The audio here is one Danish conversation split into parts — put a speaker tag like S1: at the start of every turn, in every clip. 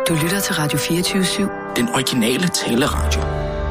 S1: Du lytter til Radio 24/7.
S2: Den originale taleradio.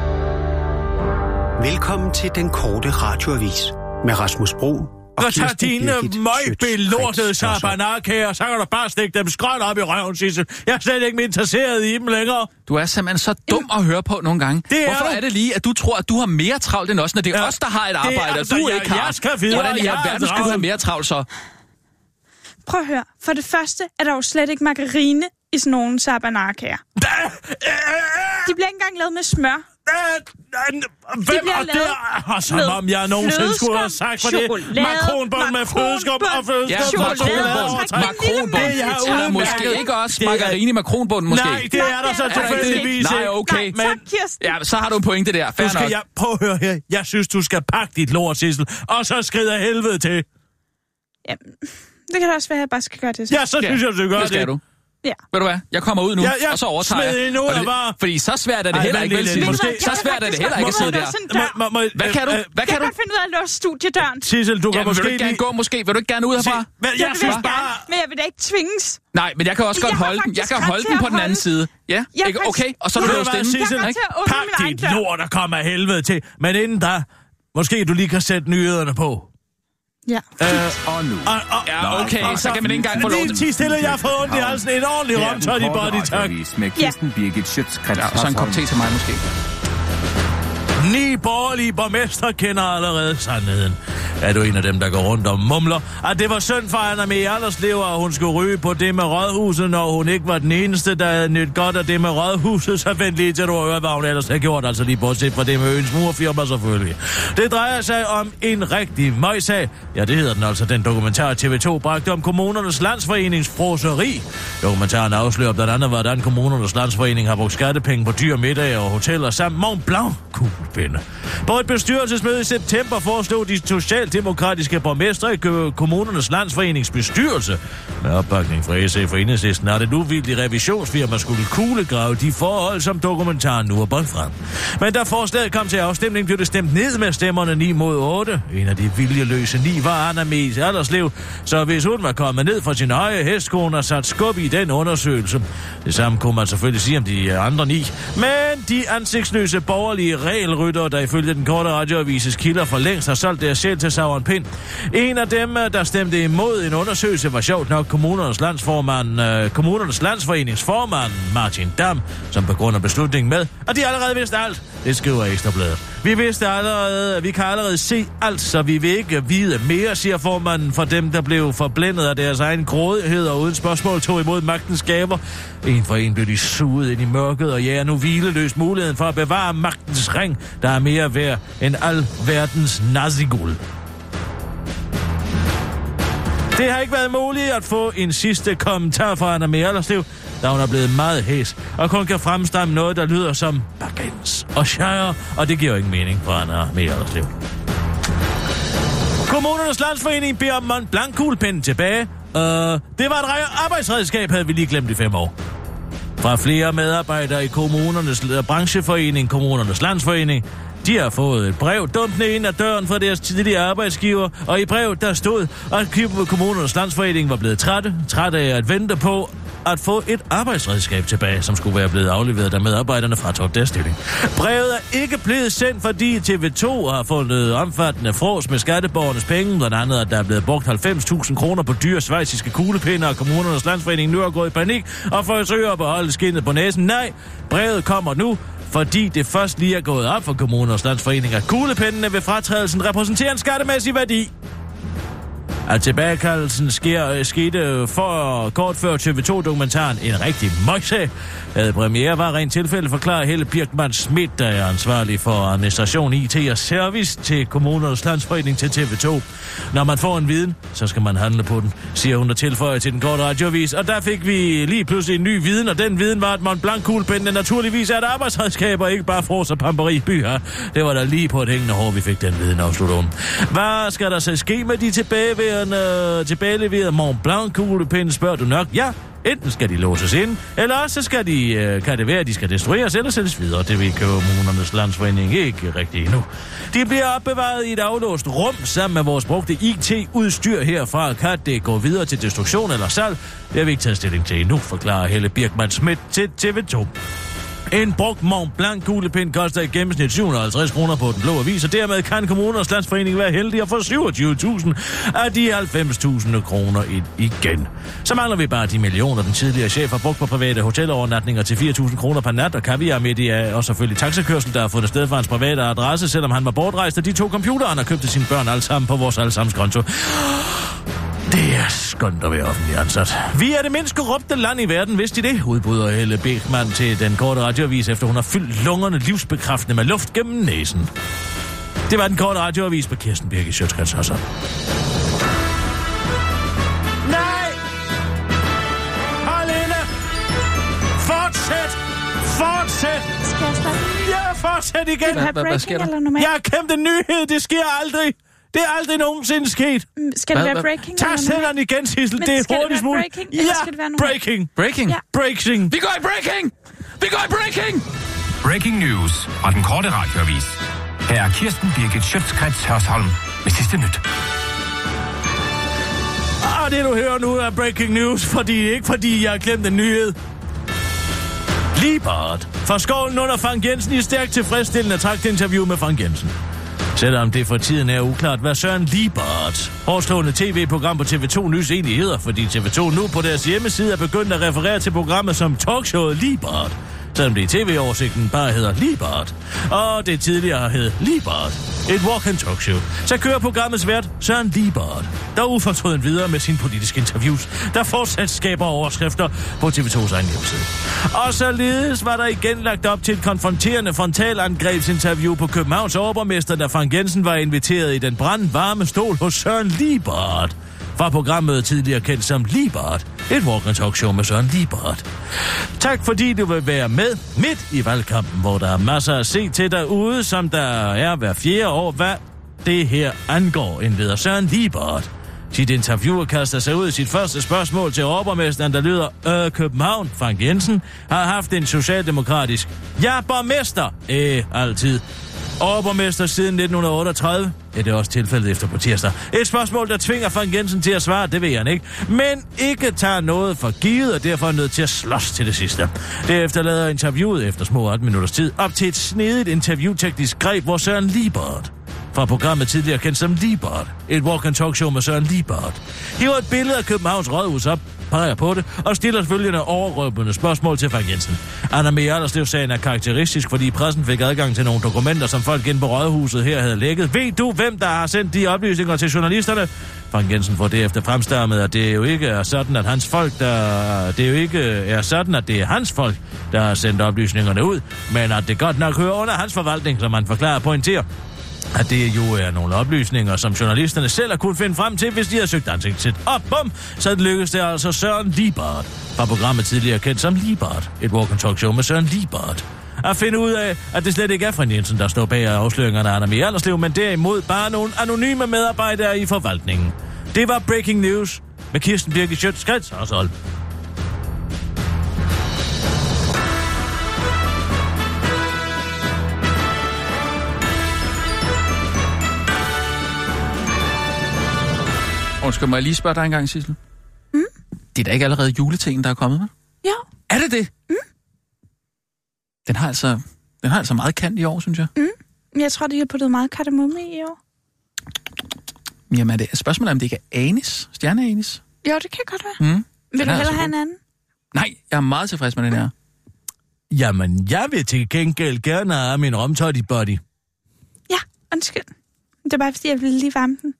S3: Velkommen til den korte radioavis med Rasmus Bro og
S4: tager dine møgbelortede sabanarkager, så kan du bare stikke dem skråt op i røven, Sissel. Jeg er slet ikke interesseret i dem længere.
S5: Du er simpelthen så dum at høre på nogle gange. Hvorfor er det lige, at du tror, at du har mere travlt end os, når det er os, der har et arbejde, og du ikke har?
S4: Jeg skal videre.
S5: Hvordan i alverden skulle du have mere travlt så?
S6: Prøv at høre. For det første er der jo slet ikke margarine i sådan nogle sabanarkager. De bliver ikke engang lavet med smør.
S4: Hvem er det? Som om jeg nogensinde skulle have sagt for det. Makronbund med flødeskum og flødeskum.
S5: Makronbund. Eller måske ikke også margarine i makronbunden, måske.
S4: Nej, det er der så tilfældigvis.
S5: Nej, okay. Ja, så har du en pointe der. Fair nok.
S4: Prøv at høre her. Jeg synes, du skal pakke dit lort, Sissel, og så skrider helvede til.
S6: Jamen, det kan da også være, at jeg bare skal gøre det.
S4: Ja, så synes jeg, du gør det.
S5: Skal du.
S6: Ja.
S5: Ved du hvad? Jeg kommer ud nu, og så overtager jeg. Fordi så svært er det heller ikke, vel, Sissel? Så svært er det heller ikke at sidde der. Hvad kan du? Hvad kan du?
S6: Jeg kan finde ud af at låse studiedøren.
S4: Sissel, du kan måske...
S5: Vil du ikke gerne gå, måske? Vil du ikke gerne ud herfra?
S4: Jeg synes bare...
S6: Men jeg vil da ikke tvinges.
S5: Nej, men jeg kan også godt holde den. Jeg kan holde den på den anden side. Ja, okay. Og så er du låst inde.
S4: Sissel, pak dit lort og kom af helvede til. Men inden da, måske du lige kan sætte nyhederne på.
S6: Ja.
S5: Og nu. Ja, okay, så kan man ikke engang få lov til.
S4: Lige stille, jeg har fået ondt i halsen. En ordentlig romtøj i body, tak.
S5: Ja, og så en kop te til mig måske.
S4: 9 borgerlige borgmestre kender allerede sandheden. Er du en af dem, der går rundt og mumler, at det var synd for Anna Mie Allerslev, at hun skulle ryge på det med rådhuset, når hun ikke var den eneste, der havde nyt godt af det med rådhuset, så vent lige til du hører, hvad hun ellers har gjort, altså lige bortset fra det med øens murfirma selvfølgelig. Det drejer sig om en rigtig møjsag. Ja, det hedder den altså, den dokumentar TV2 bragte om Kommunernes Landsforenings froseri. Dokumentaren afslører blandt andet, hvordan Kommunernes Landsforening har brugt skattepenge på dyre middage og hoteller samt Mont Blanc kuglepinde. På et bestyrelsesmøde i september foreslog de socialdemokratiske borgmestre i Kommunernes Landsforenings bestyrelse med opbakning fra SF og Enhedslisten, at et uvildigt revisionsfirma skulle kuglegrave de forhold, som dokumentaren nu er bragt frem. Men da forslaget kom til afstemning, blev det stemt ned med stemmerne 9 mod 8. En af de viljeløse 9 var Anna Mie Allerslev, så hvis hun var kommet ned fra sin høje hestkone og sat skub i den undersøgelse. Det samme kunne man selvfølgelig sige om de andre 9. Men de ansigtsløse borgerlige regelryttere, der ifølge den korte radioavises kilder for længst har solgt deres sjæl til Sauron Pind. En af dem, der stemte imod en undersøgelse, var sjovt nok Kommunernes Landsforenings formand, Martin Dam, som begrunder beslutningen med, at de allerede vidste alt. Det skriver Ekstrabladet. Vi kan allerede se alt, så vi vil ikke vide mere, siger formanden for dem, der blev forblændet af deres egen grådighed og uden spørgsmål tog imod magtens gaver. En for en blev de suget ind i mørket og jager nu hvileløst muligheden for at bevare magtens ring, der er mere værd end al verdens naziguld. Det har ikke været muligt at få en sidste kommentar fra Anna Mie Allerslev, da hun er blevet meget hæs, og kun kan fremstamme noget, der lyder som bagens og shire, og det giver jo ingen mening for Anna Mie Allerslev. Kommunernes Landsforening beder om Mont Blanc kuglepinden tilbage. Det var et arbejdsredskab, havde vi lige glemt i 5 år. Fra flere medarbejdere i kommunernes brancheforening, Kommunernes Landsforening, de har fået et brev dumpende ind ad døren fra deres tidligere arbejdsgiver, og i brevet der stod, at Kommunernes Landsforening var blevet træt af at vente på at få et arbejdsredskab tilbage, som skulle være blevet afleveret, da medarbejderne fratrådte deres stilling. Brevet er ikke blevet sendt, fordi TV2 har fundet omfattende frås med skatteborgernes penge, blandt andet at der er blevet brugt 90.000 kroner på dyre schweiziske kuglepinde, og Kommunernes Landsforening nu er gået i panik og forsøger at beholde skindet på næsen. Nej, brevet kommer nu, fordi det først lige er gået op for Kommunernes Landsforening, at kuglepindene ved fratrædelsen repræsenterer en skattemæssig værdi. At tilbagekaldelsen skete for kort før TV2-dokumentaren En rigtig møgsag. Premiere var rent tilfælde, forklarer Helle Birkmann Schmidt, der er ansvarlig for administration, IT og service til Kommunernes Landsforening til TV2. Når man får en viden, så skal man handle på den, siger hun og tilføjer til den korte radioavis. Og der fik vi lige pludselig en ny viden, og den viden var, at Mont Blanc kuglepindene naturligvis er et arbejdsredskab, og ikke bare fros og pamperi i by her. Det var der lige på et hængende hår, vi fik den viden, afslutter hun. Hvad skal der så ske med de tilbageleverede Mont Blanc kuglepinde, spørger du nok? Ja, Enten skal de låses ind, eller også skal kan det være, at de skal destrueres eller sættes videre. Det vil Kommunernes Landsforening ikke rigtig endnu. De bliver opbevaret i et aflåst rum sammen med vores brugte IT-udstyr herfra. Kan det gå videre til destruktion eller salg? Det har vi ikke taget stilling til endnu, forklarer Helle Birkmann Schmidt til TV2. En brugt Mont Blanc kuglepind koster i gennemsnit 750 kroner på Den Blå Avis, og dermed kan Kommunernes Landsforening være heldig at få 27.000 af de 90.000 kroner ind igen. Så mangler vi bare de millioner, den tidligere chef har brugt på private hotelovernatninger til 4.000 kroner per nat, og kaviar midt i og selvfølgelig taxakørsel, der har fundet sted fra hans private adresse, selvom han var bortrejst, og de 2 computere, han har købt til sine børn alle sammen på vores allesammens konto. Det er skønt at være offentlig ansat. Vi er det mindst korrupte land i verden, vidste de det? Udbryder Helle Birkmann til den korte radioavis, efter hun har fyldt lungerne livsbekræftende med luft gennem næsen. Det var den korte radioavis med Kirsten Birgit Schøtzgrads Hassan. Nej! Halina! Fortsæt! Fortsæt!
S6: Skal jeg stoppe?
S4: Ja, fortsæt igen!
S6: Hvad sker der?
S4: Jeg har kæmpet en nyhed, det sker aldrig! Det er aldrig nogensinde sket.
S6: Skal det være breaking?
S4: Tag sætteren igen, Sissel. Det er hurtigt muligt.
S6: Ja, skal det være
S4: breaking.
S5: Breaking?
S6: Ja.
S4: Breaking.
S5: Vi går i breaking! Vi går i breaking!
S7: Breaking news fra den korte radioavis. Her er Kirsten Birgit Schøtzgrads Hasholm med sidste nyt.
S4: Det du hører nu er breaking news, ikke fordi jeg har glemt en nyhed. Liebert fra Skålen under Frank Jensen i stærkt tilfredsstillende interview med Frank Jensen. Selvom det for tiden er uklart, hvad Søren Liebert, hårdslående tv-program på TV2 Nys egentlig hedder, fordi TV2 nu på deres hjemmeside er begyndt at referere til programmet som talkshowet Liebert, selvom det i tv-oversigten bare hedder Liebert, og det tidligere hed Liebert, et walk-and-talk-show. Så kører programmets vært Søren Liebert, der ufortrødent videre med sine politiske interviews, der fortsat skaber overskrifter på TV2's egen hjemmeside. Og således var der igen lagt op til et konfronterende frontalangrebsinterview på Københavns overborgmester, da Frank Jensen var inviteret i den brandvarme stol hos Søren Liebert. Fra programmet tidligere kendt som Liebert, et walk-and-talk-show med Søren Liebert. Tak fordi du vil være med midt i valgkampen, hvor der er masser at se til derude, som der er hver 4. år, hvad det her angår, indleder Søren Liebert. Sit interviewer kaster sig ud i sit første spørgsmål til overborgmesteren, der lyder, København, Frank Jensen, har haft en socialdemokratisk, borgmester, altid. Overborgmester siden 1938. Det er også tilfældet efter på tirsdag. Et spørgsmål, der tvinger Frank Jensen til at svare, det ved han ikke. Men ikke tager noget for givet, og derfor er nødt til at slås til det sidste. Derefter lader interviewet efter små 8 minutters tid op til et snedigt interviewteknisk greb, hvor Søren Liebert, fra programmet tidligere kendt som Liebert, et walk-and-talk-show med Søren Liebert, hiver et billede af Københavns Rådhus op, peger på det, og stiller følgende overrøbende spørgsmål til Frank Jensen. Anna Mie Allerslev-sagen er karakteristisk, fordi pressen fik adgang til nogle dokumenter, som folk inde på Rådhuset her havde lækket. Ved du, hvem der har sendt de oplysninger til journalisterne? Frank Jensen får derefter fremstammet, at det jo ikke er sådan, at hans folk, det er hans folk, der har sendt oplysningerne ud, men at det godt nok hører under hans forvaltning, som man forklarer og pointerer, at det jo er nogle oplysninger, som journalisterne selv har kunnet finde frem til, hvis de har søgt ansigt op. Bum! Så lykkedes det altså Søren Liebert, fra programmet tidligere kendt som Liebert, et walk-and-talk-show med Søren Liebert, at finde ud af, at det slet ikke er Frank Jensen, der står bag afsløringerne af Anna Mie Allerslev, men derimod bare nogle anonyme medarbejdere i forvaltningen. Det var breaking news med Kirsten Birgit Schøtzgrads Hasholm.
S5: Skal jeg lige spørge dig en gang, Sissel? Mm? Det er da ikke allerede juletingen, der er kommet med?
S6: Ja.
S5: Er det det?
S6: Mm.
S5: Den har altså meget kant i år, synes jeg.
S6: Mm. Jeg tror, de har puttet meget kardemomme i år.
S5: Jamen, det er spørgsmålet, om det ikke er anis? Stjerneanis?
S6: Jo, det kan godt være. Mm. Vil du hellere have en anden?
S5: Nej, jeg er meget tilfreds med den her.
S4: Jamen, jeg vil til gengæld gerne have min romtoddy body.
S6: Ja, undskyld. Det er bare, fordi jeg ville lige varme den.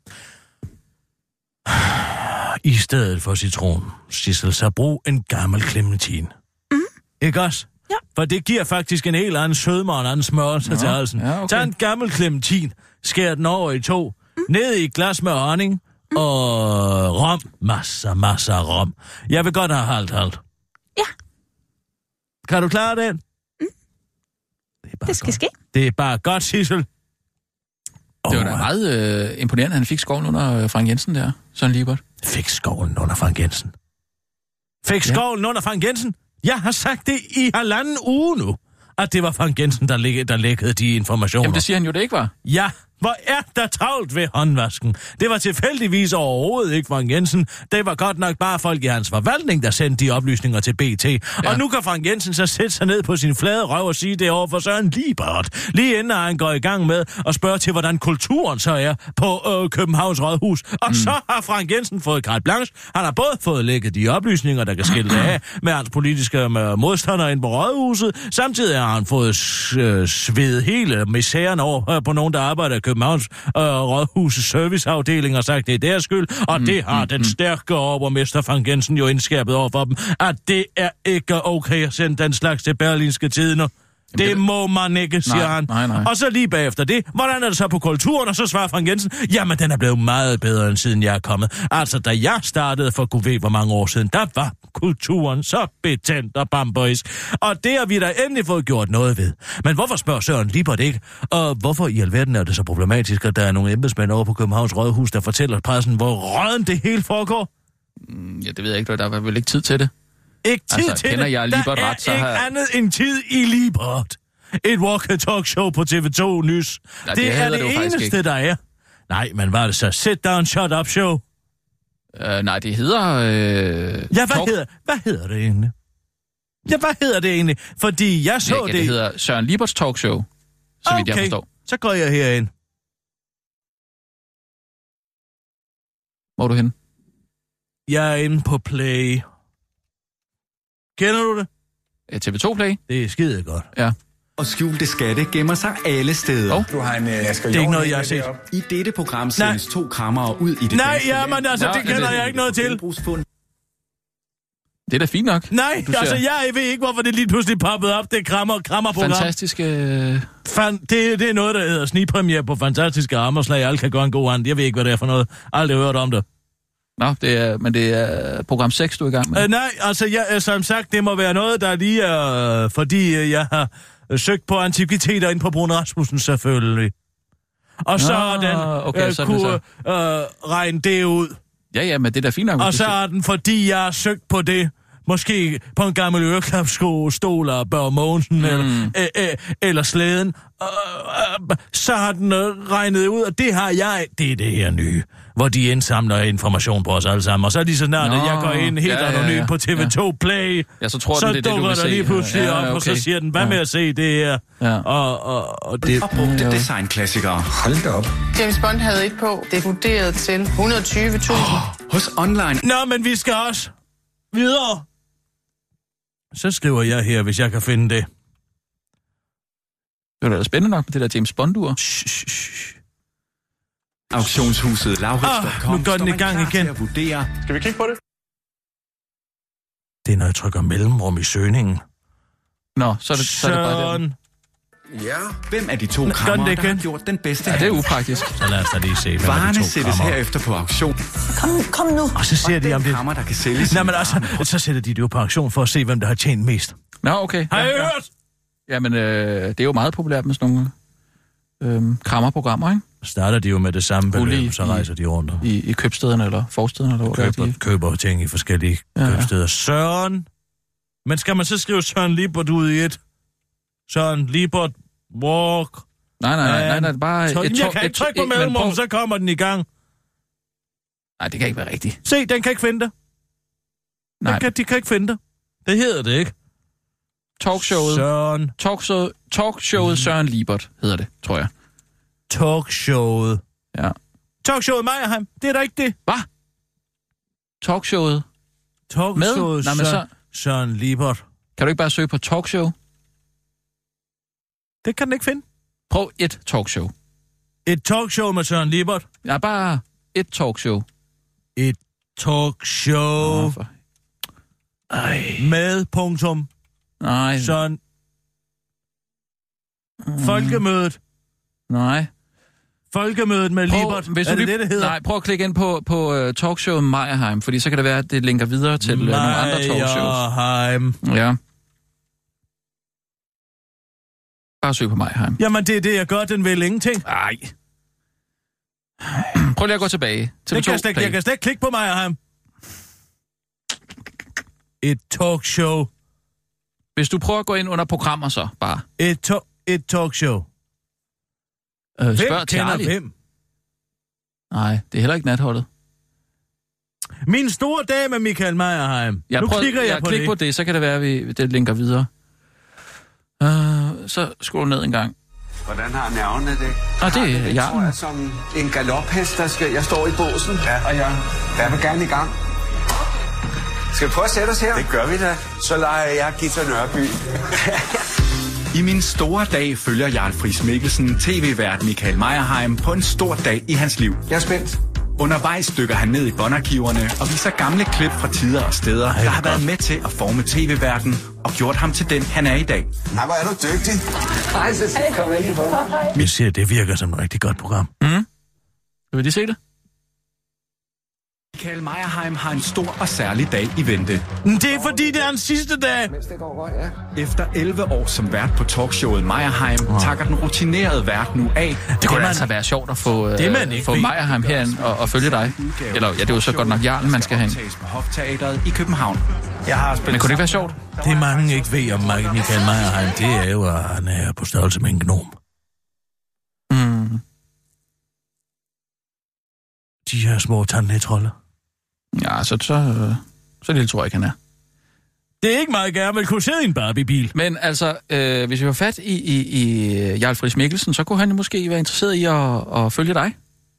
S4: I stedet for citron, Sissel, så brug en gammel clementin. Mm. Ikke også?
S6: Ja.
S4: For det giver faktisk en helt anden sødme og en anden smørelse til halsen. Ja, okay. Tag en gammel clementin, skær den over i 2, ned i et glas med honning og rom. Masser af rom. Jeg vil godt have halvt.
S6: Ja.
S4: Kan du klare den?
S6: Mm. Det skal ske.
S4: Det er bare godt, Sissel.
S5: Det var da meget imponerende, han fik skovlen under Frank Jensen der, Søren Liebert.
S4: Fik skovlen under Frank Jensen? Fik skovlen under Frank Jensen? Jeg har sagt det i 1,5 uge nu, at det var Frank Jensen, der lækkede de informationer.
S5: Jamen, det siger han jo, det ikke var.
S4: Ja, hvor er der travlt ved håndvasken. Det var tilfældigvis overhovedet ikke Frank Jensen. Det var godt nok bare folk i hans forvaltning, der sendte de oplysninger til BT. Ja. Og nu kan Frank Jensen så sætte sig ned på sin flade røv og sige det over for Søren Liebert. Lige inden han går i gang med at spørge til, hvordan kulturen så er på Københavns Rådhus. Og så har Frank Jensen fået carte blanche. Han har både fået lækket de oplysninger, der kan skille af med hans politiske modstandere ind på Rådhuset. Samtidig har han fået svedet hele misæren over på nogen, der arbejder i Københavns Rådhusets serviceafdeling og sagt, det er deres skyld, og det har den stærke overborgmester Frank Jensen jo indskærpet over for dem, at det er ikke okay at sende den slags til Berlingske Tidender. Det må man ikke, siger han.
S5: Nej.
S4: Og så lige bagefter det, hvordan er det så på kulturen? Og så svarer Frank Jensen, jamen den er blevet meget bedre, end siden jeg er kommet. Altså, da jeg startede for Gud ved hvor mange år siden, der var kulturen så betændt og bambøjsk. Og det har vi da endelig fået gjort noget ved. Men hvorfor spørger Søren Liebert ikke? Og hvorfor i alverden er det så problematisk, at der er nogle embedsmænd over på Københavns Rådhus, der fortæller pressen, hvor råden det hele foregår?
S5: Ja, det ved jeg ikke, der var vel ikke tid til det.
S4: Ikke tid til
S5: kender
S4: det.
S5: Jeg Liebert
S4: der
S5: ret, så
S4: er ikke andet end tid i Liebert. Et walk-talk-show på TV2 Nys.
S5: Ja,
S4: det er det eneste, der er. Nej, men hvad er det så? Sit down, shut up show?
S5: Nej, det hedder...
S4: Ja, hvad hedder det egentlig? Ja, hvad hedder det egentlig? Fordi jeg så det...
S5: Det hedder Søren Lieberts talkshow, så vidt jeg forstår.
S4: Så går jeg herind.
S5: Hvor er du henne?
S4: Jeg er inde på Play. Kender du det?
S5: TV2 Play?
S4: Det er skide godt.
S5: Ja.
S3: Og skjulte skatte gemmer sig alle steder.
S8: Du har en
S4: det er ikke noget, jeg har set.
S3: I dette program sendes 2 krammere ud i det
S4: danske land. Men altså, det kender jeg ikke noget til.
S5: Det er da fint nok.
S4: Nej, altså, jeg ved ikke, hvorfor det lige pludselig poppede op. Det krammerprogram.
S5: Fantastiske...
S4: Det er noget, der hedder snigpremiere på Fantastiske Armerslag. Alle kan gøre en god hand. Jeg ved ikke, hvad det er for noget. Aldrig hørt om det.
S5: Nå, men det er program 6, du er i gang med.
S4: Nej, altså, som sagt, det må være noget, der lige er... fordi jeg har søgt på antikviteter ind på Brun Rasmussen, selvfølgelig. Og så har den kunne regne det ud.
S5: Ja, men det er da fint nok.
S4: Og så er den, fordi jeg har søgt på det, måske på en gammel øreklapstol af Børge Mogensen eller Slæden, så har den regnet ud, og det har jeg. Det er det her nye, hvor de indsamler information på os alle sammen. Og så lige så snart, at jeg går ind helt anonym på TV2 Play,
S5: så tror
S4: så
S5: det
S4: dukker der lige pludselig op, og så siger den, hvad med at se det her?
S3: Ja. Og det er designklassikere. Hold da op.
S9: James Bond havde et på. Det er vurderet til 120.000.
S3: Hos online.
S4: Nå, men vi skal også videre. Så skriver jeg her, hvis jeg kan finde det.
S5: Det er da spændende nok, det der James Bond-ur.
S3: Auktionshuset Laurits.com.
S4: Nu går den i gang igen.
S8: Skal vi kigge på det?
S4: Det er, når jeg trykker mellemrum i søgningen.
S5: Nå, så er det bare det.
S3: Ja. Hvem er de 2 krammer, der har gjort den bedste?
S5: Ja, det er upraktisk.
S4: Så lad os da lige se, hvem
S3: varerne sættes herefter på auktion.
S9: Kom nu.
S4: Og så ser de, om det...
S3: krammer, der kan sælges.
S4: Nej, men altså, så sætter de det jo på auktion for at se, hvem der har tjent mest.
S5: Nå, okay.
S4: Har I hørt?
S5: Jamen, det er jo meget populært med sådan nogle krammerprogrammer, ikke?
S4: Starter de jo med det samme beløb, så rejser de rundt.
S5: I købstederne eller forstederne, eller hvor de
S4: køber ting i forskellige købsteder. Søren! Men skal man så skrive Søren Liebert ud i et? Søren Liebert walk?
S5: Nej, bare...
S4: Jeg kan ikke trykke på mellemrum, så kommer den i gang.
S5: Nej, det kan ikke være rigtigt.
S4: Se, den kan ikke finde det. De kan ikke finde det. Det hedder det ikke.
S5: Talkshowet Søren Liebert hedder det, tror jeg.
S4: Talkshowet.
S5: Ja.
S4: Talkshowet Meyerheim, det er da ikke det.
S5: Hvad? Talkshowet?
S4: Talkshowet Søren Liebert.
S5: Kan du ikke bare søge på talkshow?
S4: Det kan den ikke finde.
S5: Prøv et talkshow.
S4: Et talkshow med Søren Liebert?
S5: Ja, bare et talkshow.
S4: Et talkshow. Med punktum.
S5: Nej.
S4: Søren. Folkemødet.
S5: Nej.
S4: Folkemødet med Liebert. Er det det hedder?
S5: Nej, prøv at klikke ind på talkshowet Meyerheim, fordi så kan det være, at det linker videre til nogle andre talkshows.
S4: Meyerheim.
S5: Ja. Bare søg på Meyerheim.
S4: Jamen, det er det, jeg gør. Den vil ingenting.
S5: Nej. Prøv lige at gå tilbage.
S4: Jeg kan slet ikke klikke på Meyerheim. Et talkshow.
S5: Hvis du prøver at gå ind under programmer, så bare.
S4: Et talkshow.
S5: Hvem kender hvem? Nej, det er heller ikke Natholdet.
S4: Min store dag med Michael Meyerheim.
S5: Jeg klikker på det, så kan det være, at det linker videre. Så skål ned en gang.
S8: Hvordan har nerverne det?
S5: Det er Jarlen.
S8: Jeg som en galophest, jeg står i båsen, og jeg vil gerne i gang. Skal vi prøve at sætte os her? Det gør vi da. Så leger jeg Gita Nørby.
S10: I min store dag følger Jarl Friis Mikkelsen tv-vært Michael Meyerheim på en stor dag i hans liv.
S8: Jeg er spændt.
S10: Undervejs dykker han ned i båndarkiverne og viser gamle klip fra tider og steder, der har været med til at forme tv-verden og gjort ham til den, han er i dag.
S8: Nej, hvor er du dygtig. Hej, Cecilie. Kom ind på.
S4: Jeg siger, det virker som et rigtig godt program.
S5: Vil de se det?
S10: Michael Meyerheim har en stor og særlig dag i vente.
S4: Det er fordi, det er hans sidste dag.
S10: Efter 11 år som vært på talkshowet Meyerheim, takker den rutinerede vært nu af.
S5: Det kunne altså være sjovt at få Meyerheim herind og følge dig. Eller, ja, det er jo så godt nok Jarlen, man skal have
S10: på Hofteatret i København.
S5: Men kunne det ikke være sjovt?
S4: Det mange ikke ved om Michael Meyerheim, det er jo, at han er på størrelse med en gnom. De her små tandlægetroller.
S5: Ja, så lille tror jeg ikke, han er.
S4: Det er ikke meget gerne, vel kunne sidde i en Barbie-bil.
S5: Men altså, hvis vi var fat i Jarl Friis Mikkelsen, så kunne han måske være interesseret i at følge dig.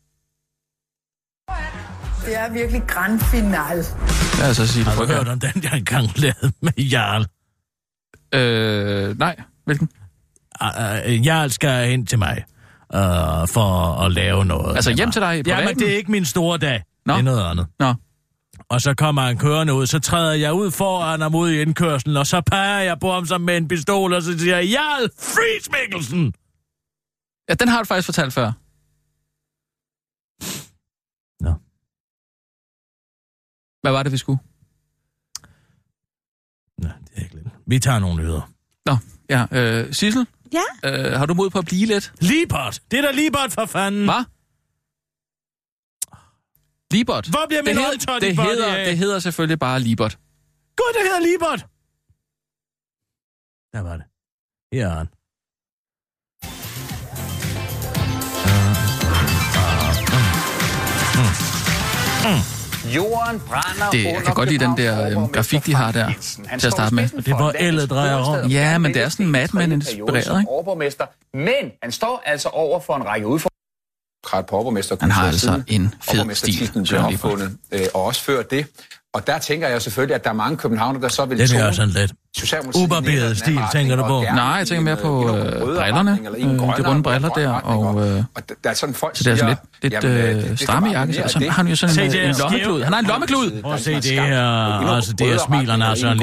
S11: Det er virkelig grand finale.
S5: Ja, altså, sige,
S4: har du hørt om den, jeg engang lavede med Jarl?
S5: Nej. Hvilken?
S4: Jarl skal hen til mig for at lave noget.
S5: Altså hjem til dig?
S4: Ja, men det er ikke min store dag. Nå. Det er noget andet.
S5: Nå.
S4: Og så kommer han kørende ud, så træder jeg ud foran ham ud i indkørslen, og så peger jeg på ham som med en pistol, og så siger jeg, Jarl Friis Mikkelsen!
S5: Ja, den har du faktisk fortalt før.
S4: Nå.
S5: Hvad var det, vi skulle?
S4: Nej, det er ikke lidt. Vi tager nogle nyheder.
S5: Nå, ja. Sissel?
S6: Ja?
S5: Har du mod på at blive lidt?
S4: Libot! Det er da Libot for fanden!
S5: Hvad? Libot?
S4: Hvor bliver min åndtøj
S5: det hedder selvfølgelig bare Libot.
S4: Gud, det hedder Libot! Der var det. Her er han.
S12: Jorden brænder
S5: jeg kan godt lide den der grafik, de har der til at starte med.
S4: Det var ældet drejer om.
S5: Ja, men det er sådan Mad Men inspireret, ikke?
S12: Overborgmester, men han står altså over for en række udfordringer.
S5: Han har altså en fed stil,
S8: bliver opfundet, og også før det. Og der tænker jeg selvfølgelig, at der er mange københavnere, der så vil
S4: det er sådan lidt ubarberet stil, tænker du på?
S5: Nej, jeg tænker mere på brillerne. De runde briller der, og
S8: der er sådan folk
S5: så det er sådan lidt stramme jakke. Og så har han jo sådan en lommeklud. Han har en lommeklud!
S4: Prøv at se det her, altså det her smilerne har sådan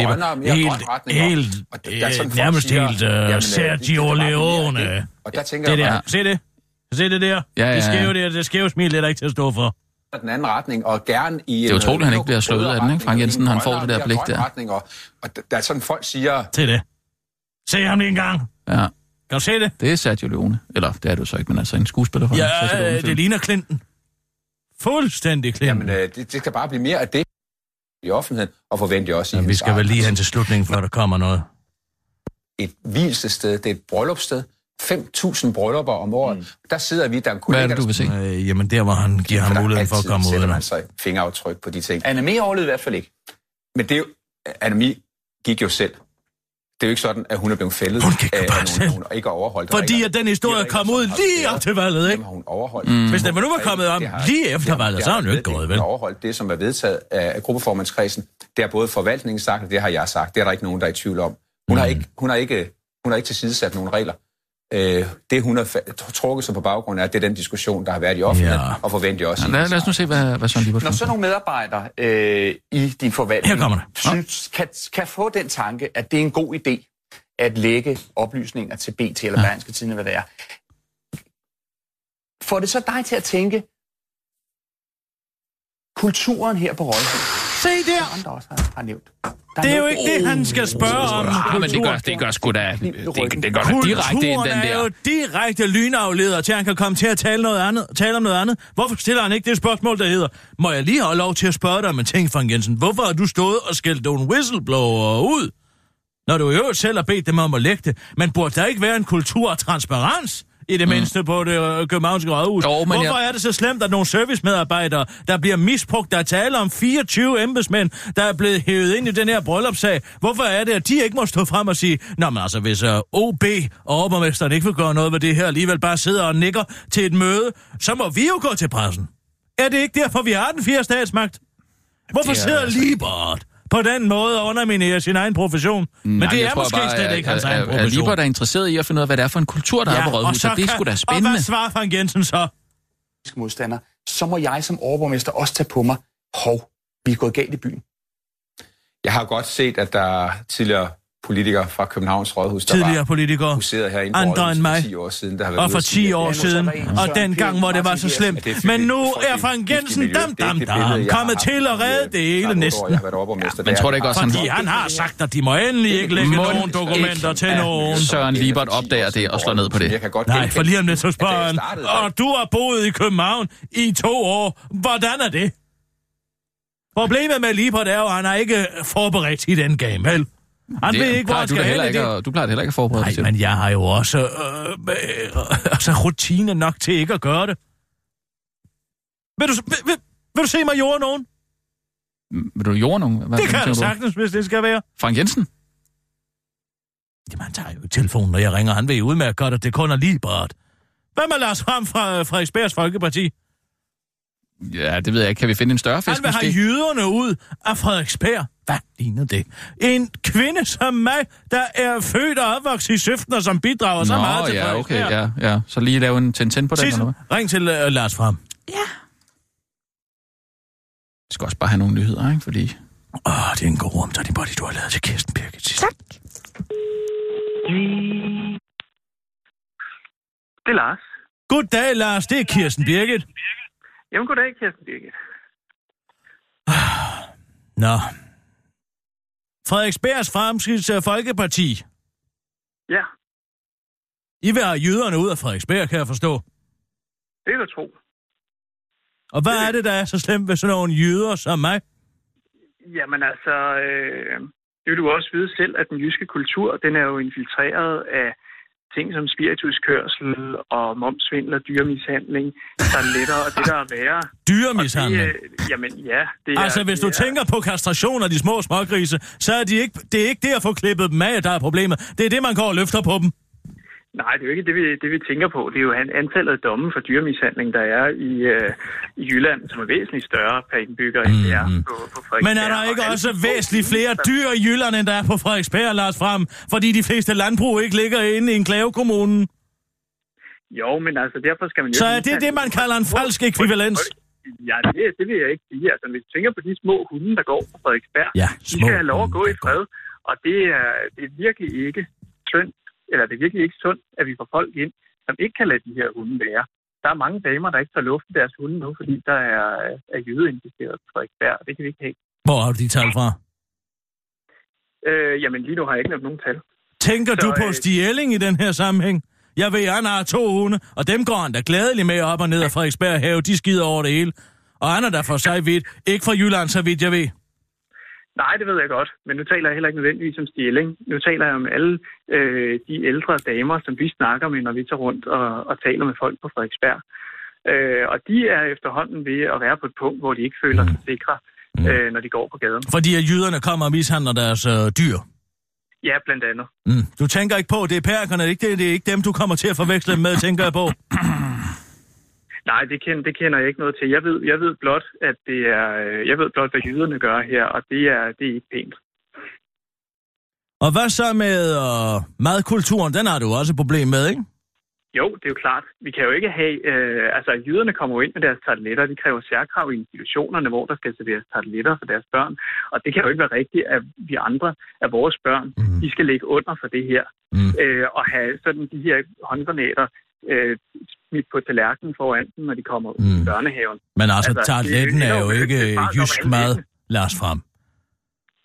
S4: helt, nærmest helt Sergio Leone. Det der, se det? Se det der? Det skæve smil, det er der ikke til at stå for.
S8: Den anden retning, og gerne i...
S5: Det er utroligt, han ikke bliver slået af den, ikke? Frank Jensen, han får det der blik der.
S8: Og der er sådan folk siger...
S4: Se det. Se ham lige en gang.
S5: Ja.
S4: Kan du se det?
S5: Det er Sergio Leone. Eller, det er det jo så ikke, men altså en skuespiller fra
S4: Sergio Leone. Det ligner Clinton. Fuldstændig Clinton.
S8: Jamen, det skal bare blive mere af det i offentligheden, og forventer jeg også i...
S4: Vi skal vel lige hen til slutningen, før der kommer noget.
S8: Et hvilesested, det er et bryllupssted. 5.000 bryllupper om året. Der sidder vi, der er en
S5: kollega... Hvad er det, du vil se?
S4: Jamen, der hvor han giver ham muligheden for at komme ud.
S8: Der man så fingeraftryk på de ting.
S12: Annemie overlevede i hvert fald ikke.
S8: Men det er jo... Annemie gik jo selv. Det er jo ikke sådan, at hun er blevet fældet
S4: af
S8: nogen og ikke overholdt.
S4: Fordi at den historie kom ud lige op til valget, ikke?
S8: Hun overholdt.
S4: Hvis den nu var kommet om lige efter valget, så har hun jo ikke gået, vel?
S8: Hun har overholdt det, som er vedtaget af gruppeformandskredsen. Det har både forvaltningen sagt, og det har jeg sagt. Det er der ikke nogen, der er i tvivl om. Hun har ikke tilsidesat nogen regler. Det, hun har trukket sig på baggrund af, det er den diskussion, der har været i offentligheden, og forventer jeg også.
S5: Lad os nu se, hvad Søren Libert...
S12: Når sådan nogle medarbejdere i din forvaltning kan få den tanke, at det er en god idé at lægge oplysninger til BT eller Berlingske Tidende, hvad det er, får det så dig til at tænke, kulturen her på Rådhuset,
S4: se der!
S12: andre også har nævnt,
S4: Det er jo ikke det, han skal spørge om.
S5: Ja, men det gør sgu da... Det gør da direkte ind den der.
S4: Kulturen er jo direkte lynafleder til, at han kan komme til at tale om noget andet. Hvorfor stiller han ikke det spørgsmål, der hedder, må jeg lige have lov til at spørge dig om en ting, Frank Jensen? Hvorfor har du stået og skældt nogle whistleblower ud, når du jo selv har bedt dem om at lægge det? Men burde der ikke være en kultur af transparens? I det mindste på det københavnske rådhus. Hvorfor er det så slemt, at nogle servicemedarbejdere, der bliver misbrugt, der taler om 24 embedsmænd, der er blevet hævet ind i den her bryllupssag? Hvorfor er det, at de ikke må stå frem og sige, nå, men altså, hvis OB og overborgmesteren ikke vil gøre noget ved det her, alligevel bare sidder og nikker til et møde, så må vi jo gå til pressen. Er det ikke derfor, vi har den 4. statsmagt? Hvorfor sidder Liebert på den måde og underminerer sin egen profession? Men det er måske slet ikke hans egen profession.
S5: Liebert er interesseret i at finde ud af, hvad det er for en kultur, der er på rådhuset. Det er sgu da spændende.
S4: Og hvad svarer Frank Jensen så?
S12: Modstander, så må jeg som overborgmester også tage på mig, vi er gået galt i byen.
S8: Jeg har godt set, at der er tidligere politikere fra Københavns Rådhus, der
S4: tidligere politikere,
S8: huseret herinde
S4: andre end mig,
S8: 10 år siden, der har været
S4: og for 10 år siden, og den gang, hvor det var så slemt. Men nu er Frank Jensen kommet til at redde det hele næsten.
S5: Men tror det ikke også,
S4: fordi han har sagt, at de må endelig ikke lægge nogen dokumenter til nogen.
S5: Søren Liebert opdager det og slår ned på det.
S4: Nej, for lige om lidt så spørger han, og du har boet i København i 2 år. Hvordan er det? Problemet med Liebert er jo, at han har ikke forberedt i den game, vel? Han ved ikke, hvor han skal hen i det.
S5: Du plejer heller ikke at forberede dig til.
S4: Nej, men jeg har jo også rutine nok til ikke at gøre det. Vil du se mig jorde nogen?
S5: Vil du jorde nogen?
S4: Det kan du sagtens, hvis det skal være.
S5: Frank Jensen?
S4: Jamen, han tager jo i telefonen, når jeg ringer. Han ved udmærket godt, at det kun er Liebert. Hvad med Lars Pham fra Frederiksbergs Folkeparti?
S5: Ja, det ved jeg ikke. Kan vi finde en større fisk?
S4: Han vil have jyderne ud af Frederiksberg. Hvad ligner det? En kvinde som mig, der er født og opvokset i Søften, og som bidrager så meget til Frederiksberg.
S5: Okay, ja. Så lige lave en Tintin på den, eller hvad?
S4: Ring til Lars Pham.
S6: Ja.
S5: Jeg skal også bare have nogle nyheder, ikke? Fordi...
S4: det er en god rum, der du har lavet til Kirsten Birgit.
S6: Tak.
S13: Det er Lars.
S4: Goddag, Lars. Det er Kirsten Birgit.
S13: Jamen, goddag, Kirsten Birgit.
S4: Nå. Frederiksbergs Fremskridts Folkeparti.
S13: Ja.
S4: I vil have jyderne ud af Frederiksberg, kan jeg forstå.
S13: Det kan du tro.
S4: Og hvad er det, der er så slemt ved sådan nogle jyder som mig?
S13: Jamen altså, det vil du også vide selv, at den jyske kultur, den er jo infiltreret af ting som spirituskørsel og momsvindel og dyremishandling, der er lettere og det, der er værre.
S4: Dyremishandling?
S13: Jamen ja. Det
S4: altså, hvis du tænker på kastration af de små smågrise, så er det er ikke det at få klippet dem af, der er problemet. Det er det, man går og løfter på dem.
S13: Nej, det er jo ikke det, vi tænker på. Det er jo antallet af domme for dyremishandling, der er i Jylland, som er væsentligt større per indbygger, end det er på Frederiksberg.
S4: Men er der ikke også væsentligt flere dyr i Jylland, end der er på Frederiksberg, Lars Pham? Fordi de fleste landbrug ikke ligger inde i en klavekommune?
S13: Jo, men altså derfor skal man jo...
S4: Så er det, man kalder en falsk ekvivalens?
S13: Ja, det vil jeg ikke sige. Altså, hvis du tænker på de små hunde, der går på Frederiksberg, de skal have lov at gå i fred, og det er virkelig ikke synd. Eller det er virkelig ikke sundt, at vi får folk ind, som ikke kan lade de her hunde være. Der er mange damer, der ikke tager luft i deres hunde nu, fordi der er jødeinficeret på Frederiksberg, og det kan vi ikke have.
S4: Hvor har du de tal fra?
S13: Jamen lige nu har jeg ikke nævnt nogen tal.
S4: Tænker du på stjæling i den her sammenhæng? Jeg ved, han har 2 hunde, og dem går han da gladeligt med op og ned af Frederiksberg have. De skider over det hele. Og han er der for sig vidt. Ikke fra Jylland, så vidt jeg ved.
S13: Nej, det ved jeg godt, men nu taler jeg heller ikke nødvendigvis om stjæling. Nu taler jeg om alle de ældre damer, som vi snakker med, når vi tager rundt og taler med folk på Frederiksberg. Og de er efterhånden ved at være på et punkt, hvor de ikke føler sig sikre, når de går på gaden.
S4: Fordi at jyderne kommer og mishandler deres dyr?
S13: Ja, blandt andet.
S4: Du tænker ikke på, det er perkerne, det er ikke dem, du kommer til at forveksle med, tænker jeg på?
S13: Nej, det kender jeg ikke noget til. Jeg ved blot, at jeg ved blot, hvad jyderne gør her, og det er ikke pænt.
S4: Og hvad så med madkulturen? Den har du også et problem med, ikke?
S13: Jo, det er jo klart. Vi kan jo ikke have... jyderne kommer jo ind med deres tarteletter. De kræver særkrav i institutionerne, hvor der skal serveres tarteletter for deres børn. Og det kan jo ikke være rigtigt, at vi andre af vores børn, de skal ligge under for det her. Og have sådan de her håndgranater smidt på tallerkenen foran dem, når de kommer ud i børnehaven.
S4: Men altså tarteletten er jo ikke jysk mad, Lars Pham.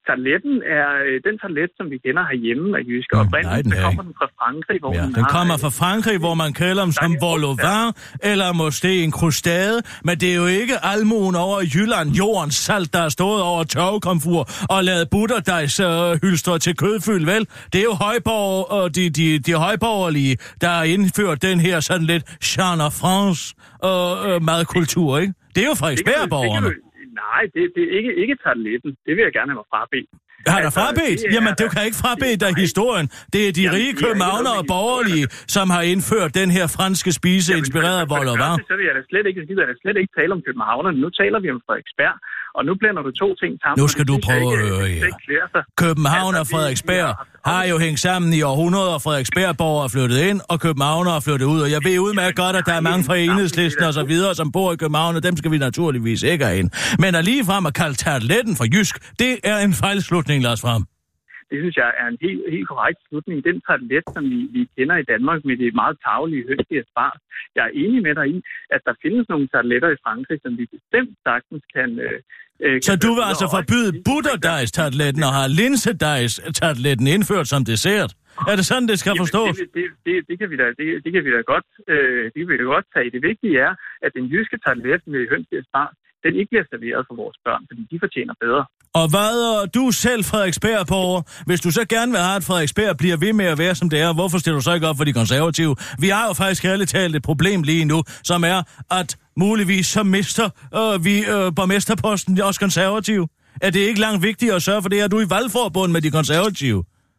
S13: Tarteletten er den tartelet, som vi kender herhjemme af jyske. Oprindeligt kommer den fra Frankrig, hvor
S4: den kommer fra Frankrig, hvor man kalder dem som vol au vin, eller måske en crustade, men det er jo ikke almuen over i Jylland, jordens salt, der er stået over tørvekomfur og lavet butterdejs hylstre til kødfyld, vel? Det er jo de højborgerlige, der har indført den her sådan lidt Jean of France madkultur, ikke? Det er jo Frederiksbergborgerne.
S13: Nej, det er ikke tarteletten. Det vil jeg gerne have mig frabedt.
S4: Har der frabedt? Jamen, du kan ikke frabede dig historien. Det er de rige københavnere og borgerlige, som har indført den her franske spise, inspireret af vol au vin.
S13: Så vil jeg da slet ikke tale om københavnerne. Nu taler vi om Frederiksberg, og nu blander du to ting sammen.
S4: Nu skal du prøve at høre her. København og Frederiksberg har jo hængt sammen i århundreder. Frederiksbergborgere er flyttet ind, og københavnere er flyttet ud. Og jeg ved udmærket godt, at der er mange fra Enhedslisten og så videre, som bor i København, og dem skal vi naturligvis ikke have ind. Men at ligefrem at kalde tarteletten for jysk, det er en fejlslutning, Lars Pham.
S13: Det synes jeg er en helt korrekt slutning. Den tartelet, som vi kender i Danmark med det meget tarvelige hønsige asparges. Jeg er enig med dig i, at der findes nogle tarteletter i Frankrig, som vi bestemt sagtens kan...
S4: Så du vil altså forbyde butterdejs-tarteletten og har linsedejs-tarteletten indført som dessert? Er det sådan, det skal forstås?
S13: Det kan vi da godt tage. Det vigtige er, at den jyske tartelet med hønsige asparges, den ikke bliver serveret for vores børn, fordi de fortjener bedre.
S4: Og hvad er du selv, Frederiksberg-borger? Hvis du så gerne vil have, at Frederiksberg bliver ved med at være, som det er, hvorfor stiller du så ikke op for de konservative? Vi har jo faktisk ærligt talt et problem lige nu, som er, at muligvis så mister vi borgmesterposten også konservative. Er det ikke langt vigtigt at sørge for det, at du er i valgforbund med de konservative?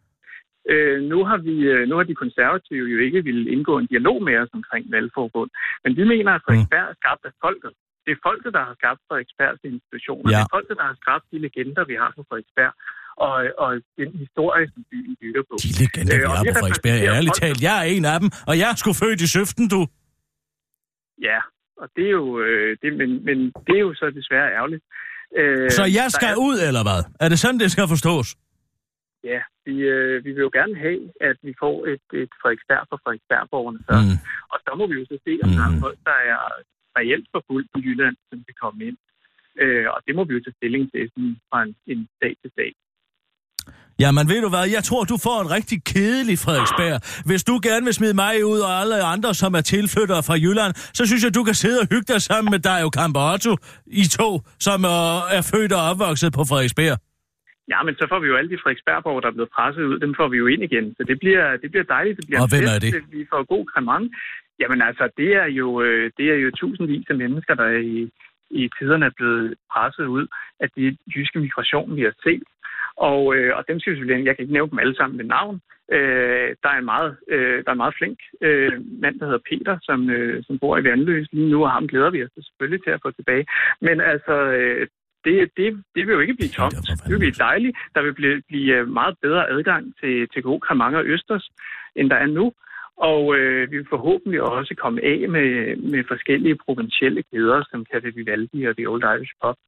S13: Nu har de konservative jo ikke ville indgå en dialog med os omkring valgforbund. Men vi mener, at Frederiksberg er skabt af folket. Det er folket, der har skabt Frederiksbergs institutioner. Ja. Det er folket, der har skabt de legender, vi har på Frederiksberg. Og den historie, som byen bygger på.
S4: De legender, vi har på Frederiksberg, er ærligt talt. Jeg er en af dem, og jeg er sgu født i Søften, du.
S13: Ja, og det er jo... men det er jo så desværre ærgerligt.
S4: Så jeg skal ud, eller hvad? Er det sådan, det skal forstås?
S13: Ja, vi vil jo gerne have, at vi får et Frederiksberg for Frederiksbergborgerne først. Og så må vi jo så se, om der er folk, der er reelt forfulgt på Jylland, som kan komme ind. Og det må vi jo tage stilling til fra en dag til dag.
S4: Jamen ved du hvad, jeg tror, du får en rigtig kedelig Frederiksberg. Hvis du gerne vil smide mig ud og alle andre, som er tilflyttere fra Jylland, så synes jeg, du kan sidde og hygge dig sammen med dig og Camper Otto, I to, som er født og opvokset på Frederiksberg.
S13: Ja, men så får vi jo alle de Frederiksbergborgere, der er blevet presset ud, dem får vi jo ind igen. Så det bliver dejligt. Det bliver
S4: og hvem er det?
S13: Vi får god kremant. Jamen altså, det er jo tusindvis af mennesker, der i tiderne er blevet presset ud af de jyske migration, vi har set. Og dem skal vi selvfølgelig, jeg kan ikke nævne dem alle sammen med navn. Der er en meget flink mand, der hedder Peter, som bor i Vandløs lige nu, og ham glæder vi os selvfølgelig til at få tilbage. Men altså, det vil jo ikke blive tomt. Det vil blive dejligt. Der vil blive meget bedre adgang til gode cremant og østers, end der er nu. Og vi vil forhåbentlig også komme af med forskellige provincielle kæder, som Café Vivaldi og The Old Irish Pub.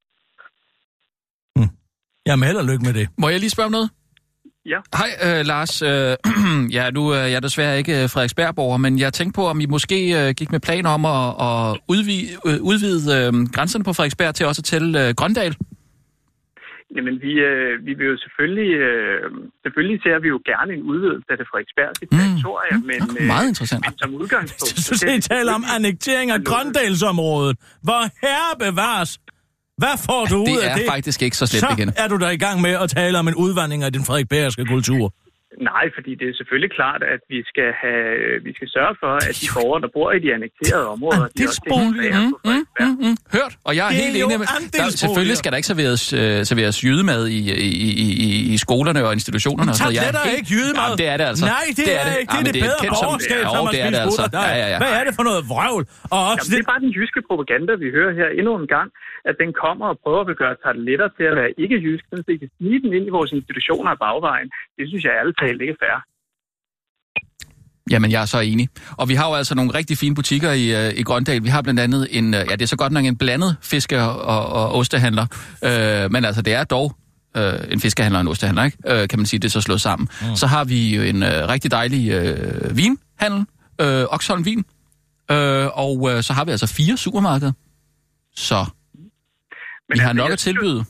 S4: Jamen, held og lykke med det.
S5: Må jeg lige spørge om noget?
S13: Ja.
S5: Hej, Lars. Ja, nu er jeg desværre ikke Frederiksbergborger, men jeg tænkte på, om I måske gik med planer om at udvide grænserne på Frederiksberg til også til Grøndal.
S13: Jamen, vi vil jo selvfølgelig ser vi jo gerne en udvidelse af det Frederiksbergske territorium, men
S5: meget interessant.
S13: Men som udgangspunkt...
S4: Så I taler om annektering af Grøndalsområdet. Hvor herre bevares! Hvad får du ud af det?
S5: Det er faktisk ikke så slemt igen.
S4: Så er du der i gang med at tale om en udvandring af den frederiksbergske kultur.
S13: Nej, fordi det er selvfølgelig klart, at vi skal sørge for, at de borgere, der bor i de annekterede områder, de også
S5: hørt, og jeg er helt enig med... Selvfølgelig skal der ikke serveres jydemad i skolerne og institutionerne.
S4: Men det er ikke jydemad.
S5: Jamen, det er det altså.
S4: Nej, det er ikke. Det er det bedre borgerskab, som at spise butter. Hvad er det for noget vrøvl?
S13: Det er bare den jyske propaganda, vi hører her endnu en gang, at den kommer og prøver at gøre tarteletter til at være ikke jysk, så vi kan snige den ind i vores institutioner af bagvejen. Det synes jeg ærligt talt ikke er fair.
S5: Jamen, jeg er så enig. Og vi har jo altså nogle rigtig fine butikker i Grøndal. Vi har blandt andet det er så godt nok en blandet fiske- og ostehandler. Men altså, det er dog en fiskehandler og en ostehandler, ikke? Kan man sige, det er så slået sammen. Så har vi jo en rigtig dejlig vinhandel, Oxholm Vin. Og så har vi altså 4 supermarkeder. Så vi har nok at tilbyde.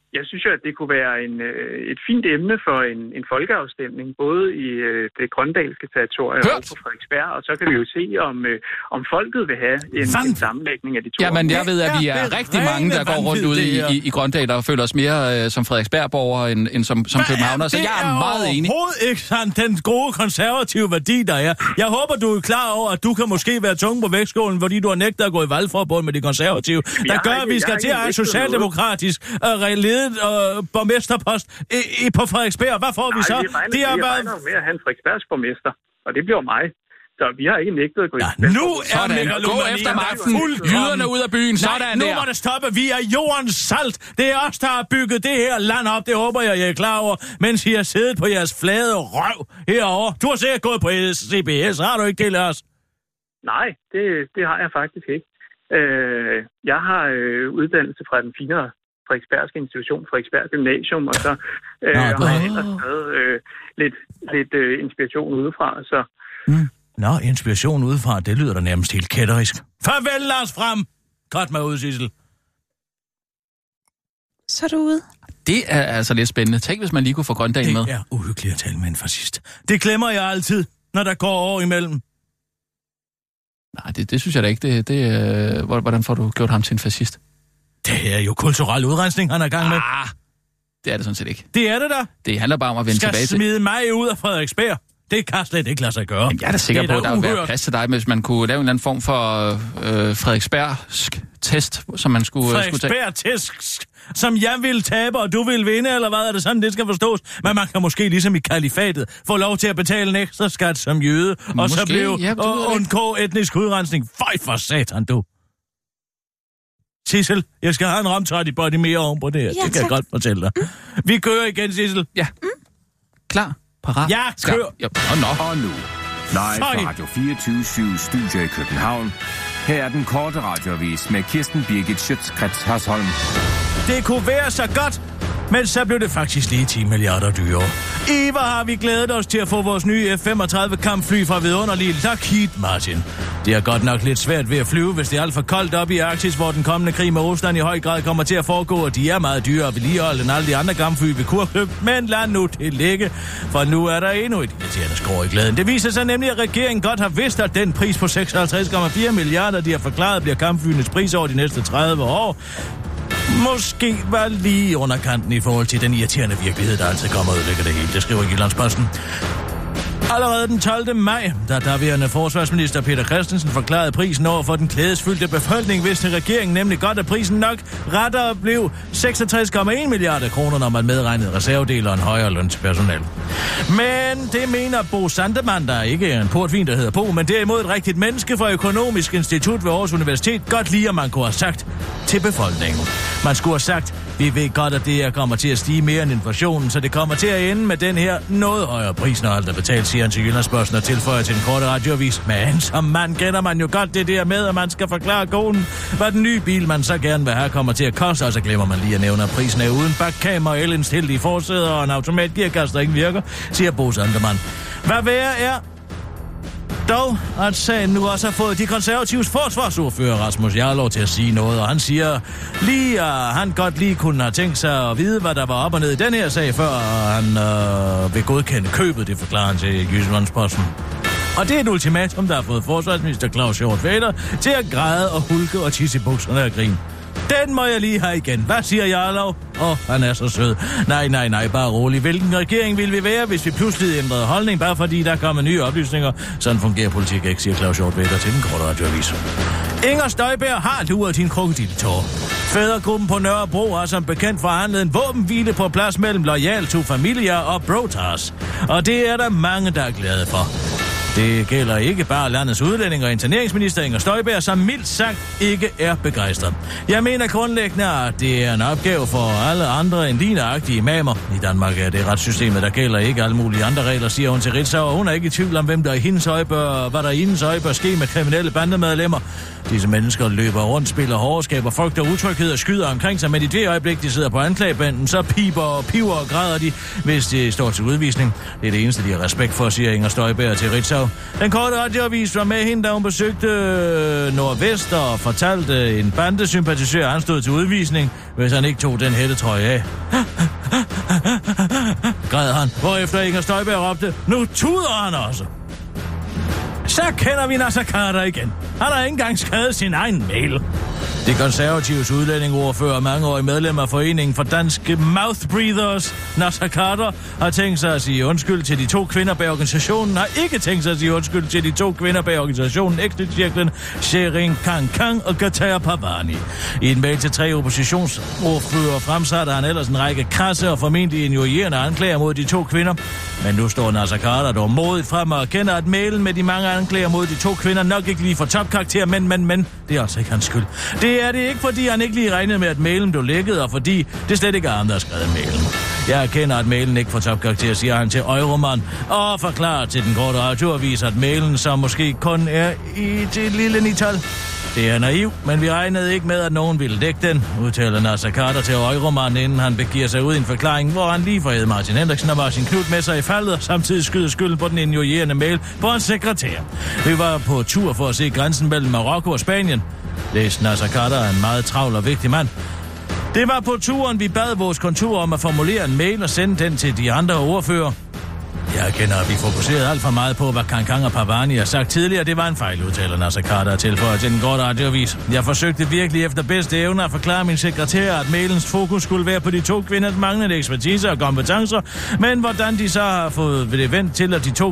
S13: Jeg synes jo, at det kunne være et fint emne for en folkeafstemning, både i det grøndalske territorium og på Frederiksberg, og så kan vi jo se, om folket vil have en sammenlægning af de to.
S5: Jamen, jeg ved, at vi er rigtig mange, der går rundt ude i Grøndal og føler os mere som Frederiksberg-borgere end som københavner, så jeg er meget enig.
S4: Det er overhovedet ikke sådan den gode konservative værdi, der er. Jeg håber, du er klar over, at du kan måske være tunge på vægtskålen, fordi du har nægtet at gå i valgforbund med de konservative, der gør, at vi skal til at have socialdemokratisk ledet borgmesterpost på Frederiksberg. Hvad får vi så?
S13: Vi regner med at have en Frederiksbergs borgmester, og det bliver mig. Så vi har ikke nægtet at gå i
S4: nu er
S5: gå efter magten. Jyderne ud af byen. Sådan
S4: nu må det stoppe. Vi er jordens salt. Det er os, der har bygget det her land op. Det håber jeg er klar over, mens I har siddet på jeres flade røv herovre. Du har sikkert gået på CBS. Har du ikke det, Lars?
S13: Nej, det har jeg faktisk ikke. Jeg har uddannelse fra den finere Frederiksbergske institution, Frederiksberg Gymnasium, og så har jeg ellers taget lidt inspiration udefra. Så.
S4: Nå, inspiration udefra, det lyder da nærmest helt kætterisk. Farvel, Lars Frem! Godt med ud, Sissel.
S6: Så er du ude.
S5: Det er altså lidt spændende. Tænk, hvis man lige kunne få Grøndal med.
S4: Det er uhyggeligt at tale med en fascist. Det glemmer jeg altid, når der går år imellem.
S5: Nej, det synes jeg da ikke. Hvordan får du gjort ham til en fascist?
S4: Det er jo kulturel udrensning, han er i gang med.
S5: Det er det sådan set ikke.
S4: Det er det da.
S5: Det handler bare om at vende tilbage til.
S4: Skal smide mig ud af Frederiksberg. Det kan slet ikke lade sig gøre.
S5: Jamen, jeg er da sikker på, at der vil være plads til dig, hvis man kunne lave en eller anden form for Frederiksbergsk test, som man skulle tage.
S4: Frederiksberg-test, som jeg vil tabe, og du vil vinde, eller hvad er det sådan, det skal forstås? Men man kan måske ligesom i kalifatet få lov til at betale en ekstra skat som jøde, og så blive undgå etnisk udrensning. Føj for satan, du! Sissel, jeg skal have en ramtræt body mere oven på det her. Ja, det kan jeg godt fortælle dig. Vi kører igen, Sissel.
S5: Ja. Klar. Parat.
S4: Ja, kør.
S7: Og nu, live fra Radio 24/7 Studio i København. Her er den korte radioavis med Kirsten Birgit Schøtzgrads Hasholm.
S4: Det kunne være så godt, men så blev det faktisk lige 10 milliarder dyrere. Hvor har vi glædet os til at få vores nye F-35 kampfly fra vidunderlige Lockheed Martin. Det er godt nok lidt svært ved at flyve, hvis det er alt for koldt op i Arktis, hvor den kommende krig med Rusland i høj grad kommer til at foregå, og de er meget dyre at vedligeholde end alle de andre kampfly vi kunne have købt. Men lad nu det ligge, for nu er der endnu et irriterende skår i glæden. Det viser sig nemlig, at regeringen godt har vidst, at den pris på 56,4 milliarder, de har forklaret, bliver kampflyenes pris over de næste 30 år, måske var lige under kanten i forhold til den irriterende virkelighed, der altid kommer og ødelægger det hele. Det skriver Jyllands-Posten. Allerede den 12. maj, da daværende forsvarsminister Peter Christensen forklarede prisen over for den klædesfyldte befolkning, vidste regeringen nemlig godt, at prisen nok rettere blev 66,1 milliarder kroner, når man medregnede reservedeler og en højere løn til personal. Men det mener Bo Sandemann, der ikke er en portvin, der hedder Bo, men derimod et rigtigt menneske fra Økonomisk Institut ved Aarhus Universitet, godt lige, at man kunne have sagt til befolkningen. Man skulle have sagt, vi ved godt, at det her kommer til at stige mere end inflationen, så det kommer til at ende med den her noget højere pris, når alt er betalt, siger han til Jyllands-Posten og tilføjer til en korte radioavis. Men som mand kender man jo godt det der med, at man skal forklare konen, hvad den nye bil, man så gerne vil have, kommer til at koste, og så glemmer man lige at nævne, at prisen er uden bakkamera, elindstillet i forsæder og en automatgearkasse, der ikke virker, siger Bo Sandemann. Hvad værre er dog, at sagen nu også har fået de konservatives forsvarsordfører Rasmus Jarlov til at sige noget, og han siger lige, at han godt lige kunne have tænkt sig at vide, hvad der var op og ned i den her sag, før han vil godkende købet, det forklarer han til Jyllands-Posten. Og det er et ultimatum, der har fået forsvarsminister Claus Hjort Vader til at græde og hulke og tisse i bukserne og grine. Den må jeg lige have igen. Hvad siger Jarlov? Han er så sød. Nej, bare rolig. Hvilken regering vil vi være, hvis vi pludselig ændrede holdning, bare fordi der kommer nye oplysninger? Sådan fungerer politik ikke, siger Claus Hjort Vader til den korte radioavis. Inger Støjberg har luret din krokodiltår. Fædregruppen på Nørrebro har som bekendt forhandlet en våbenhvile på plads mellem Loyal to Familia og Brotas. Og det er der mange, der er glade for. Det gælder ikke bare landets udlænding og interneringsminister Inger Støjberg, som mildt sagt ikke er begejstret. Jeg mener grundlæggende, at det er en opgave for alle andre end ligneragtige imamer. I Danmark er det retssystemet, der gælder ikke alle mulige andre regler, siger hun til Ritzau, og hun er ikke i tvivl om, hvem der i hendes øje hvad der i hendes øje bør ske med kriminelle bandemedlemmer. Disse mennesker løber rundt, spiller hårdskaber, frygter utryghed og skyder omkring sig, men i det øjeblik, de sidder på anklagebænden, så piver og græder de, hvis det står til udvisning. Det er det eneste, de har respekt for, siger Inger Støjberg til Ritzau, sagde hun. Den korte radioavis var med hende, da hun besøgte Nordvest og fortalte en bandesympatisør, han stod til udvisning, hvis han ikke tog den hættetrøje af. Græd han, hvorefter Inger Støjberg råbte, nu tuder han også. Så kender vi Naser Khader igen. Han har ikke engang skrevet sin egen mail. De konservatives udlændingeordfører og mangeårige medlemmer af Foreningen for Danske Mouthbreathers, Naser Khader, har tænkt sig at sige undskyld til de 2 kvinder bag organisationen, har ikke tænkt sig at sige undskyld til de 2 kvinder bag organisationen, Exit-cirklen, Sherin Kang og Qatar Pavani. I en mail til 3 oppositionsordfører fremsatte han ellers en række krasse og formentlig injurierende anklager mod de 2 kvinder. Men nu står Naser Khader dog modigt frem og erkender, at mailen med de mange anklager mod de 2 kvinder nok ikke lige får topkarakter, men, det er altså ikke hans skyld. Det er det ikke, fordi han ikke lige regnede med, at mailen blev lækket, og fordi det slet ikke er ham, der har skrevet mailen. Jeg erkender, at mailen ikke får topkarakter, siger han til Euroman, og forklarer til den korte radioavis, at mailen så måske kun er i et lille 9-tal. Det er naiv, men vi regnede ikke med, at nogen ville dække den, udtaler Naser Khader til Euroman, inden han begiver sig ud i en forklaring, hvor han lige får Ed Martin Henriksen og Martin Knudt med sig i faldet, og samtidig skyder skylden på den injurierende mail på en sekretær. Vi var på tur for at se grænsen mellem Marokko og Spanien. Læs Naser Khader er en meget travl og vigtig mand. Det var på turen, vi bad vores kontor om at formulere en mail og sende den til de andre ordfører. Jeg erkender, at vi fokuserede alt for meget på, hvad Kang og Pavani har sagt tidligere. Det var en fejl, udtaler Naser Khader tilføjer til den korte radioavis. Jeg forsøgte virkelig efter bedste evne at forklare min sekretær, at mailens fokus skulle være på de 2 kvinders manglende ekspertise og kompetencer, men hvordan de så har fået det vendt til, at de 2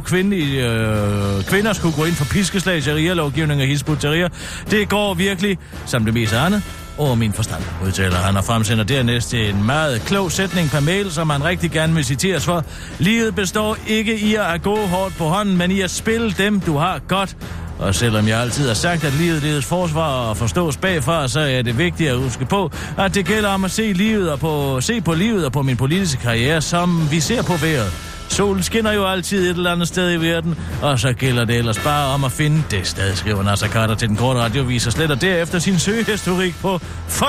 S4: kvinder skulle gå ind for piskeslag, sharia-lovgivning og Hizb ut-Tahrir, det går virkelig, som det meste andet, over min forstand, udtaler han og fremsender dernæst en meget klog sætning per mail, som han rigtig gerne vil citeres for. Livet består ikke i at gå hårdt på hånden, men i at spille dem, du har godt. Og selvom jeg altid har sagt, at livet ledes forsvar og forstås bagfra, så er det vigtigt at huske på, at det gælder om at se på livet og på min politiske karriere, som vi ser på vejret. Solen skinner jo altid et eller andet sted i verden, og så gælder det ellers bare om at finde det sted, skriver Naser Khader til den korte radioavis og sletter derefter sin søgehistorik på